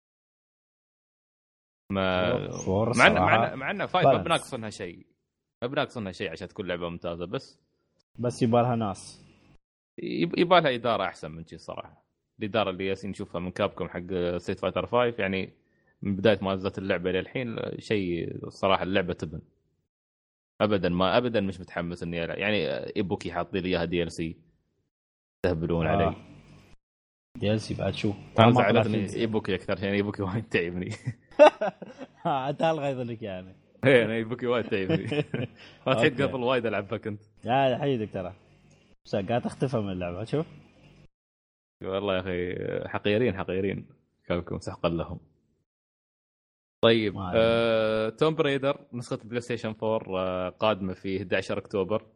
ما فور مع ان صراحة مع ان مع ان فايف ما بالانس. بناقص منها شيء، ما بناقص منها شيء عشان تكون لعبه ممتازه، بس بس يبالها ناس. يب- يبغى لها اداره احسن من شي صراحه. الاداره اللي ياسين نشوفها من كابكم حق ستريت فايتر خمسة يعني من بدايه ما نزلت اللعبه للحين شيء الصراحه اللعبه تبن. ابدا ما ابدا مش متحمس اني ألعب. يعني ايبوكي حاط لي اياها دي ال سي تهبلون آه. علي. دي ال سي بعد شو انا ما طلع زعلتني فيه. ايبوكي اكثر شيء. ايبوكي وايد تعبني. انت الغيظ لك يعني. ايه انا ايبوكي وايد تعبني. ما تحيد أوكي. قبل وايد العبها كنت. لا حيدك ترى بس قاعد تختفى من اللعبه شوف. والله يا اخي حقيرين حقيرين كابكم سحقا لهم. طيب ما آه، توم بريدر نسخه بلاي ستيشن فور آه، قادمه في أحد عشر اكتوبر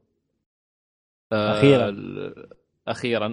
آه، أخيراً. ال- اخيرا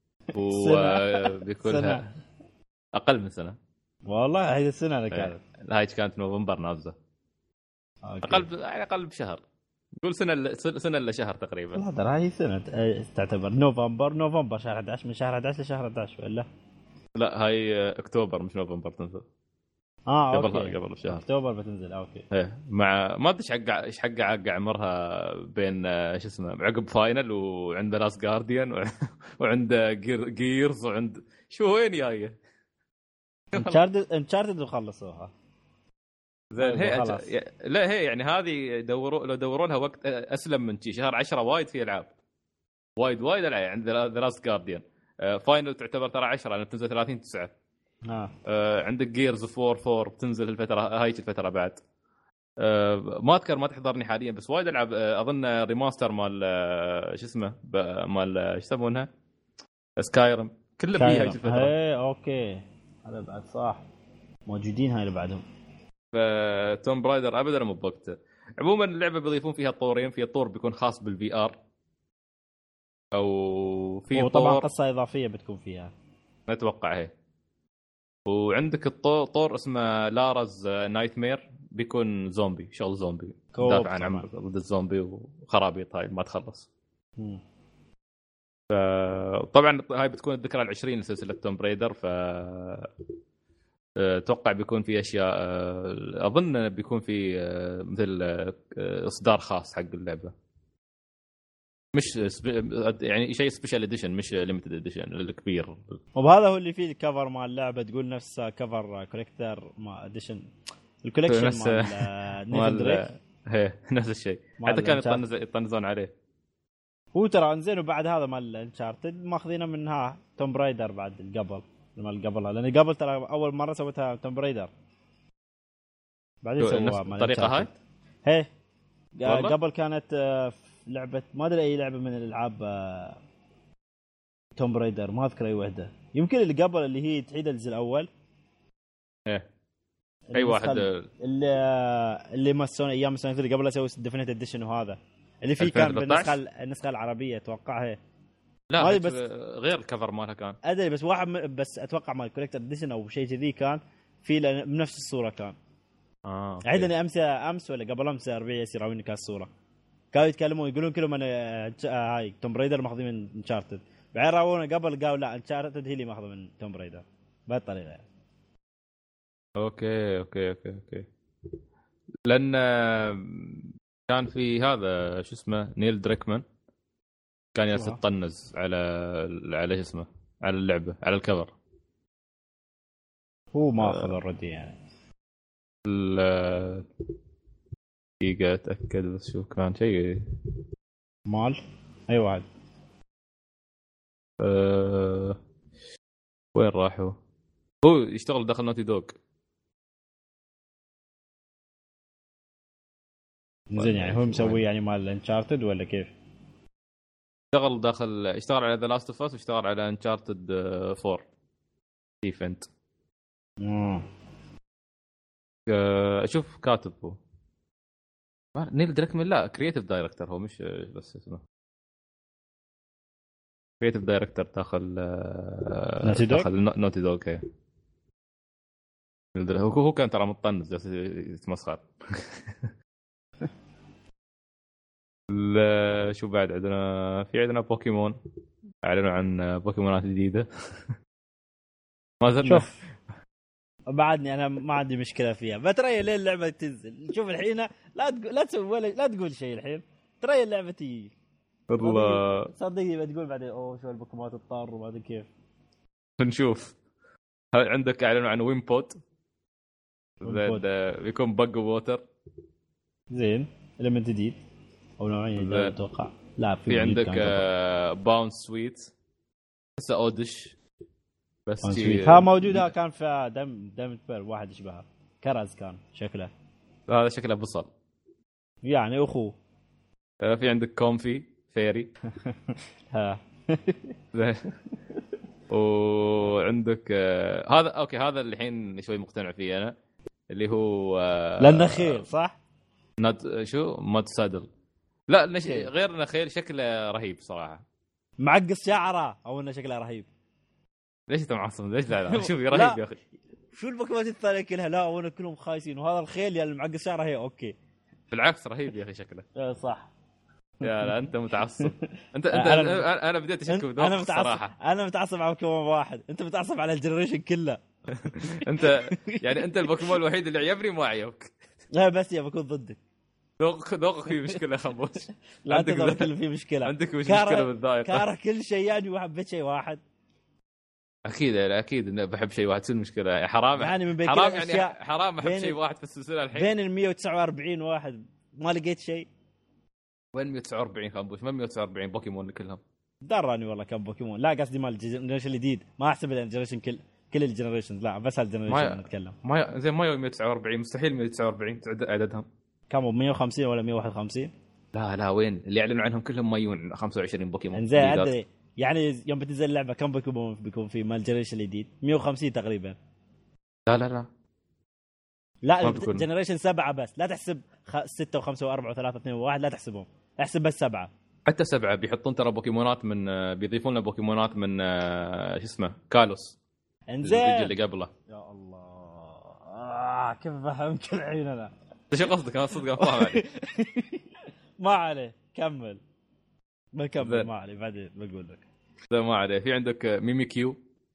سنة. وبيكون سنة. لها اقل من سنه. والله هذه السنه اللي إيه. كانت هاي كانت نوفمبر نازله. أوكي. اقل ب- يعني اقل بشهر. قول سنه ل- سنه الا شهر تقريبا. لا ترى هذه سنه آه، تعتبر نوفمبر نوفمبر شهر أحد عشر من شهر أحد عشر لشهر أحد عشر ولا لا هاي آه، اكتوبر مش نوفمبر تنزل. اه قبلها اوكي قبل بشهر. اكتوبر بتنزل اوكي. ايه مع ما ادري ايش حق ايش حق عق عمرها بين آه، شو اسمه عقب فاينل وعند لاست جارديان وعند جير جيرز وعند شو وين جايه. انشارتد انشارتد وخلصوها. زين هي خلاص. أج... لا هي يعني هذه يدوروا لو دوروا لها وقت اسلم من شي شهر عشرة وايد في العاب وايد وايد العاب عند ذا لاست جارديان. فاينل تعتبر ترى عشرة لان بتنزل ثلاثين تسعة. اه آه، عندك جيرز فور فور بتنزل الفتره هاي الفتره بعد. آه، ما اذكر ما تحضرني حاليا بس وايد العاب. آه، اظن ريماستر مال آه، شو اسمه ب- مال آه، ايش يسمونها سكايرم كله بيها هاي الفتره. ايه اوكي هذا بعد صح موجودين هاي اللي بعدهم. فتوم برايدر ابدا مو بوقته. عموما اللعبه بيضيفون فيها طورين. في طور بيكون خاص بالفي ار او في وطبعا طور قصه اضافيه بتكون فيها نتوقع هي. وعندك الطور اسمه لارز نايت مير بيكون زومبي شغل زومبي كوب دافع عن طبعاً. عمرك ضد الزومبي وخرابيط هاي ما تخلص. مم. طبعا هاي بتكون الذكرى العشرين لسلسله توم بريدر. ف اتوقع بيكون في اشياء آه، اظن بيكون في آه، مثل آه، اصدار خاص حق اللعبه مش سب- يعني شيء سبيشال اديشن مش ليمتد اديشن الكبير. وبهذا هو اللي فيه الكفر مال اللعبه تقول نفس كفر كوليكتر ما اديشن الكوليكشن نفس- مال آه، نيثن مال دريك. هي نفس الشيء مال حتى كانوا Uncharted. يطنز يطنزون عليه. هو ترى انزين وبعد هذا مال انشارتد ماخذينه منها توم برايدر بعد القبل مال قبلها لان قبل ترى اول مره سويتها توم برايدر بعدين نفس سووها مال الطريقه هاي. Uncharted. هي والله؟ قبل كانت آه، في لعبه ما ادري اي لعبه من الالعاب آه، توم برايدر ما اذكر اي وحده يمكن اللي قبل اللي هي تعيد الجزء الاول. ايه اي واحد آه، اللي اللي ما سوى ايام سنه اللي قبل اسوي ديفينيت اديشن وهذا اللي فيه كان ألفين وثلاثة عشر؟ بالنسخه النسخه العربيه اتوقع هي لا هاي هيك بس- غير الكفر مالها كان. ادري بس واحد م- بس اتوقع مال كوليكتر اديشن او شيء كذي كان في لأن- بنفس الصوره كان. اه أوكي. عيدني امس امس ولا قبل امس ربيع يراويني كاس الصوره كانوا يتكلمون يقولون كلهم انا آه، هاي توم برايدر ماخذين من انشارتد بعدين راونا قبل قالوا لا انشارتد هي اللي ماخذه من توم برايدر بهالطريقه يعني. اوكي اوكي اوكي اوكي لان كان في هذا شو اسمه نيل دريكمان كان يتطنز على على شو اسمه على اللعبه على الكفر. هو ما اخذ الردي يعني. ال دقيقة اتاكد بس شو كان شيء مال اي واحد. أه... وين راحوا؟ هو يشتغل داخل نوتي دوغ. زين يعني هو مسوي يعني مال انشارتد ولا كيف؟ اشتغل داخل اشتغل على ذا لاست اوف اس واشتغل على انشارتد فور ديفنت. امم اشوف كاتب هو نيل دريكمان لا كرييتيف دايركتور هو مش بس اسمه كرييتيف دايركتور داخل داخل نوتي دوغ. هو هو كان ترى مطنز جالس يتمسخر. لا شو بعد عندنا في عندنا بوكيمون اعلنوا عن بوكيمونات جديده. ما زلنا شوف بعدني انا ما عندي مشكله فيها بترى ليه اللعبه تنزل. شوف الحين لا تقول لا تسوي ولا لا تقول شيء الحين ترى اللعبه تيجي والله صدقني بتقول بعدين اوه شو البوكيمونات الطار وبعدين كيف نشوف. عندك اعلنوا عن ويمبوت بيكون بق ووتر زين إليمنت جديد او نوعيه اتوقع. لا في, في عندك باونس سويت هسه اودش بس ها موجوده كان في دم دم بير واحد يشبهها كراز كان شكله هذا شكله بصل يعني اخوه. في عندك كومفي فيري ها وعندك هذا اوكي هذا الحين شوي مقتنع فيه انا اللي هو لانه خيل صح ناد شو ماد سادل لا نش... غير نخيل شكله رهيب صراحه معقص شعره او انه شكله رهيب. ليش انت معصم ليش لا لا شوفي رهيب يا اخي. شو البوكيمونات الثانيه كلها لا وانا كلهم خايسين وهذا الخيل يا المعقص شعره هي اوكي بالعكس رهيب يا اخي شكله. صح يا لا انت متعصب. انت انت انا, أنا بديت اشك بذوقك انا الصراحه. انا متعصب على بوكيمون واحد انت متعصب على الجنريشن كله. انت يعني انت البوكيمون الوحيد اللي عجبني ما عجبك. لا بس يا بكون ضدك. ذوقك ذوقك فيه مشكله خنبوش. عندك ذوقك اللي فيه مشكله. عندك مشكله بالذائقه. كاره كل شيء يعني وحبيت شيء واحد. اكيد اكيد انه بحب شيء واحد تصير مشكله حرام يعني من حرام يعني حرام احب شيء واحد في السلسله الحين. بين ال مية وتسعة وأربعين واحد ما لقيت شيء. وين مية وتسعة وأربعين خنبوش ما مية وتسعة وأربعين بوكيمون كلهم دراني والله كم بوكيمون. لا قصدي مال الجنريشن الجديد ما احسب الجنريشن كل كل الجنريشن لا بس هالجنريشن نتكلم. ما زين ما مية وتسعة وأربعين مستحيل مية وتسعة وأربعين تعد عددهم كم مية وخمسين ولا مية وواحد وخمسين. لا لا وين اللي يعلنوا عنهم كلهم مايون خمسة وعشرين بوكيمون. زين ادري يعني يوم بتنزل اللعبه كم بوكيمون بيكون في مال الجنريشن الجديد مية وخمسين تقريبا. لا لا لا لا جنريشن سبعة بس لا تحسب ستة وخمسة وأربعة وثلاثة اثنين وواحد لا تحسبهم احسب بس سبعة. حتى سبعة بيحطون ترى بوكيمونات من بيضيفون لنا بوكيمونات من شو اسمه كالوس انزين اللي قبله. يا الله آه كيف فهمت الحين انا ايش قصدك انا صدق ما فاهم عليك. ما عليه كمل ما كمل ما عليه بعدين بقول لك. لا ما عليه. في عندك ميمي كيو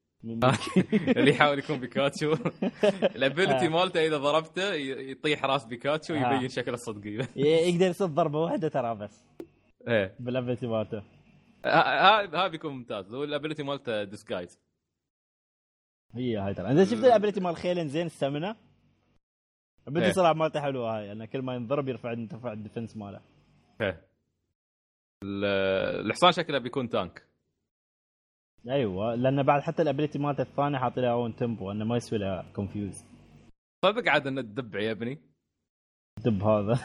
اللي يحاول يكون بيكاتشو. الابيلتي مالته اذا ضربته يطيح راس بيكاتشو يبين شكله الصدقي. يقدر يصد ضربه واحده ترى بس ايه بالابيلتي مالته. هذا هذا بيكون ممتاز. هو الابيلتي مالته ديسجايز. هي هاي ترى اذا شفت الابيلتي مال خيلن زين السمنه بدي صراحه مالته حلوه هاي لان كل ما ينضرب يرفع يرفع الديفنس ماله. ايه الحصان شكله بيكون تانك. ايوه لان بعد حتى الابيلتي مالته الثاني حاط لها اون تمبو انه ما يسوي لها كونفيوز. صدق عاد ان الدب يا ابني الدب هذا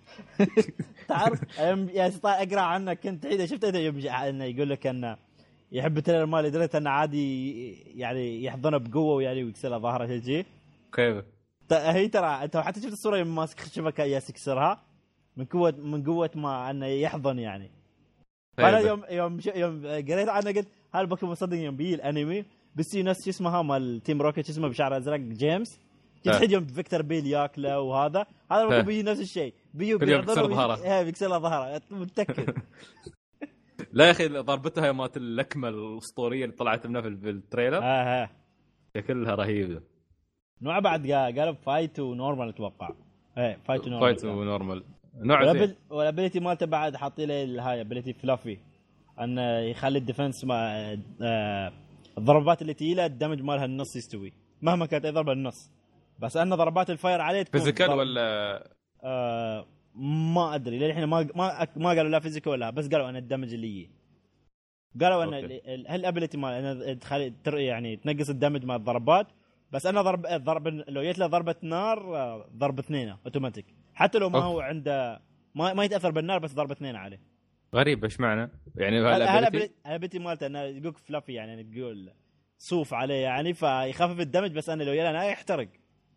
تعرف يا سطا اقرا عنه كنت عيده شفت انه يقول لك انه يحب التريلر مال لدرجه انه عادي يعني يحضنه بقوه ويعني ويكسر ظهره شيء كيف هي ترى انت حتى شفت الصوره يوم ماسك شبكه ياس يكسرها من قوه من قوه ما انه يحضن يعني. فانا يوم يوم يوم قريت عنه قلت هالبوكيمون صدق يوم بي الانمي بس نفس اسمها مال تيم روكيت اسمه بشعر ازرق جيمس تحد يوم فيكتور بيل ياكله وهذا هذا البوكيمون بيجي نفس الشيء بيجي بيكسر ظهره. ايه بيكسر ظهره متاكد. لا يا اخي ضربتها مات اللكمه الاسطوريه اللي طلعت منها في التريلر ها ها شكلها رهيبه. نوع بعد قالوا فايت ونورمال اتوقع. ايه فايت ونورمال. فايت ونورمال نوع زين. والابيلتي مالته بعد حاطين له هاي ابيلتي فلافي انه يخلي الديفنس ما آه الضربات اللي تجيله الدمج مالها النص يستوي مهما كانت ضربه النص. بس ان ضربات الفاير عليه تكون فيزيكال ولا آه ما ادري للحين ما ما ما قالوا لا فيزيكال ولا، بس قالوا ان الدمج اللي يجي قالوا ان هالابيلتي مال انه تخلي يعني تنقص الدمج مال الضربات. بس انا ضرب ضرب لو جت له ضربه نار ضرب اثنين اوتوماتيك حتى لو ما أوه. هو عنده ما ما يتاثر بالنار بس ضرب اثنين عليه. غريب ايش معنى يعني الابيلتي مالته انه يقول فلافي يعني تقول صوف عليه يعني فيخفف الدمج. بس انا لو يلا يحترق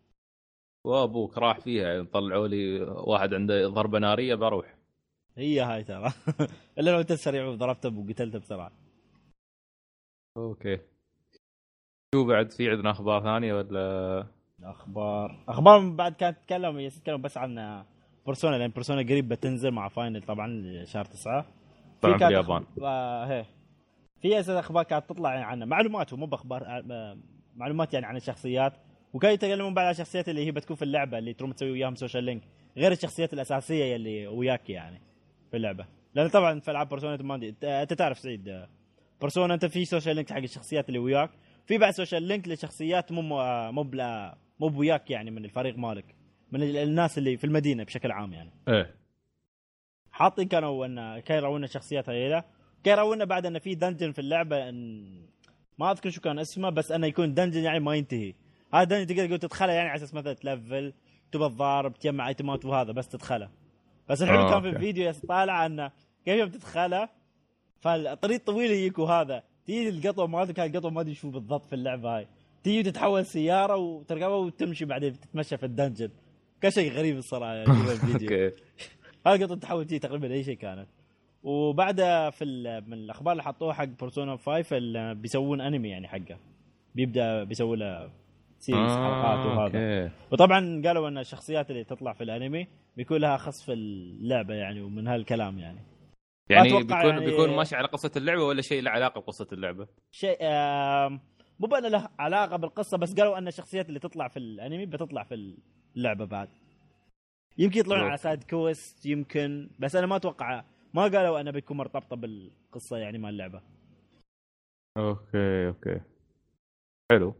وابوك راح فيها طلعوا لي واحد عنده ضربه ناريه بروح. هي هاي ترى الا لو انت سريع وضربته وقتلته بسرعه. اوكي شو بعد في عندنا اخبار ثانيه ولا اخبار اخبار بعد كانت تتكلم يتكلم بس عن بيرسونا لان بيرسونا قريب بتنزل مع فاينل طبعا شهر تسعة طبعا في اليابان. أخب... آه في اساس اخبار كانت تطلع عنها معلومات ومو باخبار معلومات يعني عن الشخصيات. وكانوا يتكلمون بعد عن الشخصيات اللي هي بتكون في اللعبه اللي تروم تسوي وياهم سوشيال لينك غير الشخصيات الاساسيه اللي وياك يعني في اللعبه. لان طبعا في العاب بيرسونا ماندي انت تعرف سعيد بيرسونا انت في سوشيال لينك حق الشخصيات اللي وياك في بعد سوشيال لينك لشخصيات مو مو بلا مو وياك يعني من الفريق مالك من الناس اللي في المدينه بشكل عام يعني. ايه حاطين كانوا ان كانوا يرونا الشخصيات هذيلا كانوا يرونا بعد ان في دنجن في اللعبه إن ما اذكر شو كان اسمه بس انه يكون دنجن يعني ما ينتهي. هذا دنجن تقدر تقول تدخله يعني على اساس مثلا تلفل تبى الضارب تجمع ايتمات وهذا بس تدخله. بس الحين آه كان في الفيديو طالع انه كيف يوم تدخله فالطريق طويل يجيك وهذا تيجي القطوه مالتك كان القطوه ما ادري شو بالضبط في اللعبه هاي تيجي تتحول سياره وتركبها وتمشي بعدين تتمشى في الدنجن. كان شيء غريب الصراحه يعني الفيديو. هاي القطه تحول تيجي تقريبا اي شيء كانت. وبعدها في من الاخبار اللي حطوها حق بيرسونا خمسة اللي بيسوون انمي يعني حقه بيبدا بيسوي له سيريز آه حلقات وهذا أوكي. وطبعا قالوا ان الشخصيات اللي تطلع في الانمي بيكون لها خص في اللعبه يعني ومن هالكلام يعني يعني بيكون يعني بيكون ماشي على قصه اللعبه ولا شيء له علاقه بقصه اللعبه؟ شيء مو بأن له علاقه بالقصه بس قالوا ان الشخصيات اللي تطلع في الانمي بتطلع في اللعبه بعد يمكن يطلعون على سايد كويست يمكن بس انا ما اتوقع ما قالوا انه بيكون مرتبطه بالقصه يعني مال اللعبه. اوكي اوكي حلو.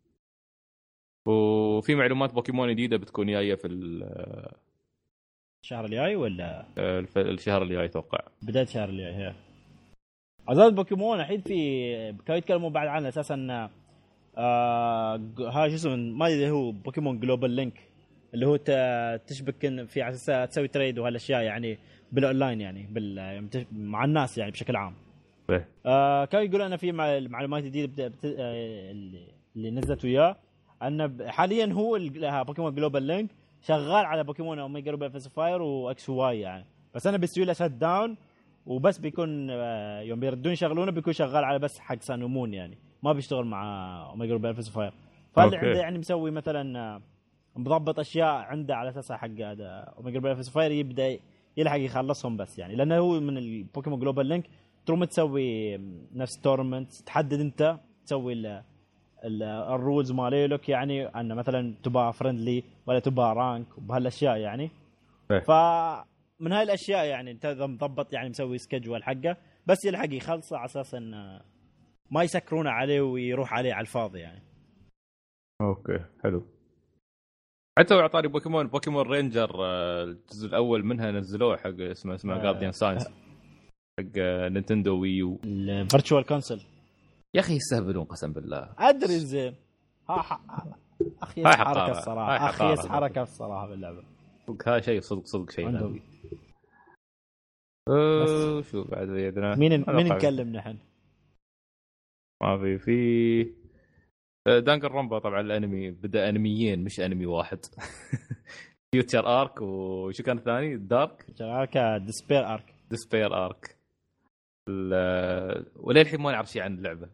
وفي معلومات بوكيمون جديده بتكون جايه في الشهر الجاي ولا الشهر الجاي اتوقع بدايه الشهر الجاي. هي عزاد بوكيمون الحين في كانوا يتكلموا بعد عنه اساسا آه ها شو اسمه ما ادري هو بوكيمون جلوبال لينك اللي هو تشبك في على اساس تسوي تريد وهالاشياء يعني بالاونلاين يعني بال مع الناس يعني بشكل عام. آه كانوا يقولوا انا في معلومات جديده اللي نزلت وياه ان حاليا هو بوكيمون جلوبال لينك شغال على بوكيمون اوميجا روبال فاير واكس واي يعني بس انا بيسوي له شت داون وبس بيكون يوم بيردون يشغلونه بيكون شغال على بس حق سانومون يعني ما بيشتغل مع اوميجا روبال فاير. فاللي عنده يعني مسوي مثلا مضبط اشياء عنده على اساسها حق هذا اوميجا روبال فاير يبدا يلحق يخلصهم بس يعني لانه هو من البوكيمون جلوبال لينك تروم تسوي نفس تورنمنت تحدد انت تسوي الرولز مالك يعني ان مثلا تبقى فريندلي ولا تبقى رانك وبهالاشياء يعني فمن هاي الاشياء يعني انت مضبط يعني مسوي سكجول حقه بس يلحق يخلصه على اساس ان ما يسكرونه عليه ويروح عليه على الفاضي يعني. اوكي حلو. حتى اعطاني بوكيمون بوكيمون رينجر الجزء الاول منها نزلوه حق اسمه اسمه جارديان ساينس حق نينتندو ويو الفيرتشوال كونسول. يا اخي يستهبلون قسم بالله ادري زين ها اخي حركه الصراحه اخي حركه الصراحه باللعبه هذا شيء صدق صدق شيء غبي. اوه شو بعد يدنا مين مين نكلم نحن ما في في دانجر رومبا طبعا الانمي بدا انميين مش انمي واحد. فيوتشر ارك وشو كان الثاني دارك فيوتشر ارك ديسبير ارك ديسبير ارك ولا الحين ما نعرف شيء عن اللعبه.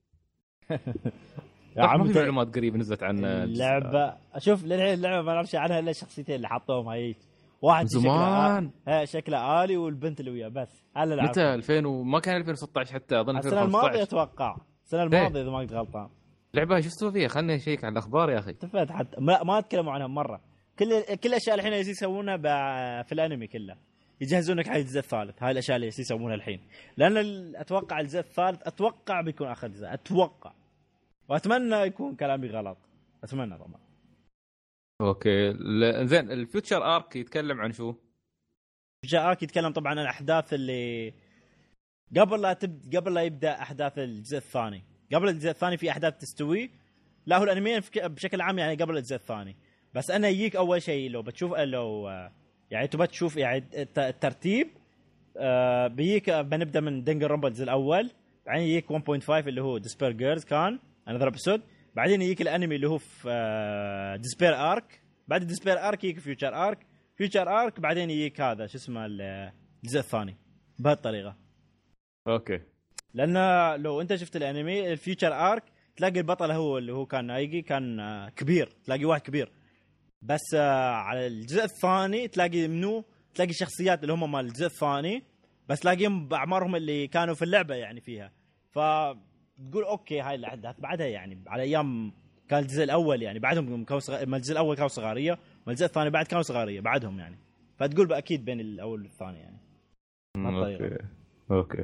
يا عم في معلومات قريبه نزلت عن اللعبه اشوف للحين اللعبه ما نعرف شيء عنها الا الشخصيتين اللي حطوهم هاي واحد زمان شكله شكله آلي والبنت اللي وياه بس. هلا متى ألفين وما كان ألفين وستة عشر حتى أظن السنة الماضية أتوقع السنة الماضية إذا ما كنت غلطان. لعبة شفتوا فيها خلني أشيك على الأخبار يا أخي. تفت حتى ما ما تكلموا عنها مرة. كل كل الأشياء الحين يسوونها في الأنمي كله يجهزونك على الجزء الثالث. هاي الأشياء اللي يسوونها الحين لأن أتوقع الجزء الثالث أتوقع بيكون آخر جزء أتوقع وأتمنى يكون كلامي غلط أتمنى طبعا. اوكي ل... زين الفيوتشر ارك يتكلم عن شو؟ الفيوتشر ارك يتكلم طبعا عن الاحداث اللي قبل لا تب... قبل لا يبدا احداث الجزء الثاني. قبل الجزء الثاني في احداث تستوي لا هو الانميين بشكل عام يعني قبل الجزء الثاني. بس انا يجيك اول شيء لو بتشوف لو يعني تبى تشوف يعني الترتيب آه بيجيك بنبدا من دنجر رومبا الجزء الاول بعدين يجيك واحد فاصلة خمسة اللي هو ديسبير جيرز كان انذر ابيسود بعدين يجيك الانمي اللي هو في ديسبير ارك بعد ديسبير ارك يجيك فيوتشر ارك فيوتشر ارك بعدين يجيك هذا شو اسمه الجزء الثاني بهالطريقه. اوكي لان لو انت شفت الانمي الفيوتشر ارك تلاقي البطل هو اللي هو كان نايجي كان كبير تلاقي واحد كبير بس على الجزء الثاني تلاقي منو تلاقي شخصيات اللي هم مال الجزء الثاني بس تلاقيهم باعمارهم اللي كانوا في اللعبه يعني فيها. ف تقول اوكي هاي الاحداث بعدها يعني على ايام كان الجزء الاول يعني بعدهم كانوا صغ... ما الجزء الاول كانوا صغاريه والجزء الثاني بعد كانوا صغاريه بعدهم يعني فتقول باكيد بين الاول والثاني يعني. اوكي اوكي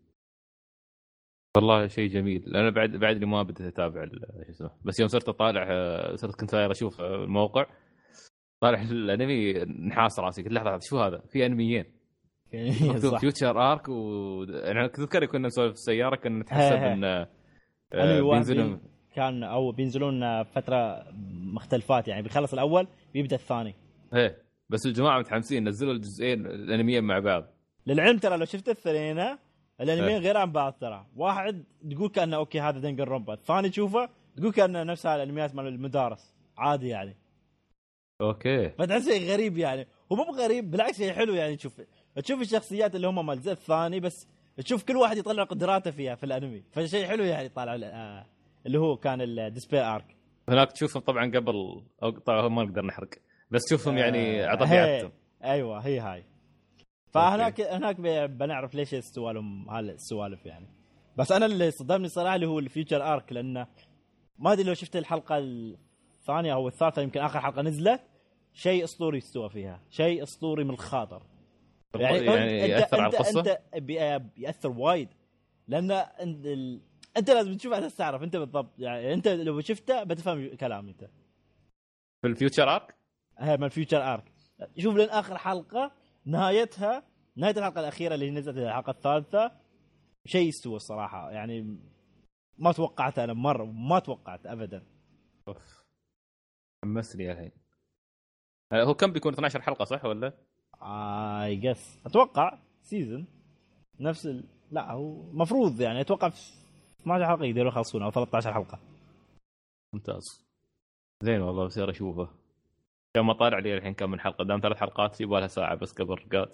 والله شيء جميل. انا بعد بعد لي ما بديت اتابع شو اسمه بس يوم صرت اطالع صرت كنت صاير اشوف الموقع طالع الانمي نحاس راسي كل لحظه شو هذا في انميين مكتوب فيوتشر ارك و انا كنت اذكر كنا نسولف في السياره كنا نتحسب ان بينزلون كان او بينزلون فتره مختلفات يعني بيخلص الاول بيبدا الثاني ايه بس الجماعه متحمسين نزلوا الجزئين الانميين مع بعض. للعلم ترى لو شفت الثنين الانميين غير عن بعض ترى واحد تقول كانه اوكي هذا دنجر رومبا الثاني تشوفه تقول كانه نفس الانميات مال المدارس عادي يعني. اوكي فتحس شيء غريب يعني هو مو غريب بالعكس شيء حلو يعني تشوف تشوف الشخصيات اللي هم مال الجزء الثاني بس تشوف كل واحد يطلع قدراته فيها في الانمي فشيء حلو يعني طالع اللي هو كان الديسبير ارك هناك تشوفهم طبعا قبل او طبعا ما نقدر نحرق بس تشوفهم يعني عطفياتهم. ايوه هي هاي فهناك هناك بنعرف ليش السوالف هالسوالف يعني. بس انا اللي صدمني صراحه اللي هو الفيوتشر ارك لانه ما ادري لو شفت الحلقه الثانيه او الثالثه يمكن اخر حلقه نزلت شيء اسطوري استوى فيها شيء اسطوري من الخاطر يعني, يعني ياثر على القصه انت بياثر وايد لان انت, ال... انت لازم تشوف عشان تعرف انت بالضبط يعني انت لو شفته بتفهم كلامي انت في الفيوتشر ارك هي من الفيوتشر ارك شوف لين اخر حلقه نهايتها نهايه الحلقه الاخيره اللي نزلت الحلقه الثالثه شيء استوى الصراحه يعني ما توقعت انا مره ما توقعت ابدا. اوف حمسني الحين. هو كم بيكون اثنا عشر حلقه صح ولا اي جس اتوقع سيزون نفس ال... لا هو مفروض يعني اتوقع في اثنا عشر حلقه يقدروا يخلصون او ثلاثة عشر حلقه. ممتاز زين والله بصير اشوفه كم ما طالع لي الحين كم من حلقه دام ثلاث حلقات يبغى لها ساعه بس قبل رقاد.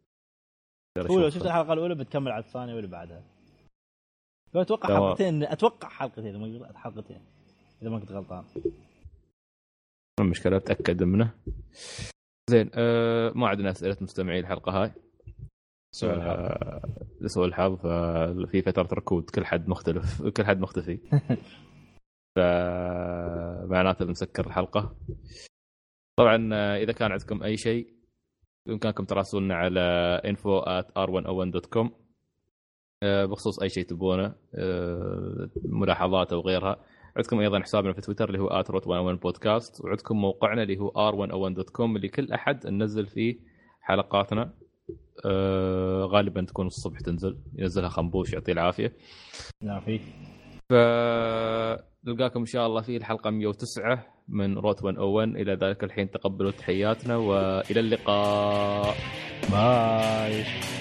هو لو شفت الحلقه الاولى بتكمل على الثانيه واللي بعدها. اتوقع حلقتين اتوقع حلقتين ما حلقتين اذا ما كنت غلطان. المشكله اتاكد منه. زين أه ما عندنا اسئله مستمعين الحلقه هاي سؤال الحظ سؤال الحظ في فتره ركود كل حد مختلف كل حد مختفي فمعناته بنسكر الحلقه. طبعا اذا كان عندكم اي شيء بامكانكم تراسلونا على info at r one oh one dot com بخصوص اي شيء تبونه ملاحظات او غيرها. عندكم ايضا حسابنا في تويتر اللي هو at rot one oh one podcast وعندكم موقعنا اللي هو r one oh one dot com اللي كل احد ننزل فيه حلقاتنا أه غالبا تكون الصبح تنزل ينزلها خنبوش يعطيه العافيه. العافيه. فنلقاكم ان شاء الله في الحلقه مية وتسعة من روت one oh one. الى ذلك الحين تقبلوا تحياتنا والى اللقاء. باي.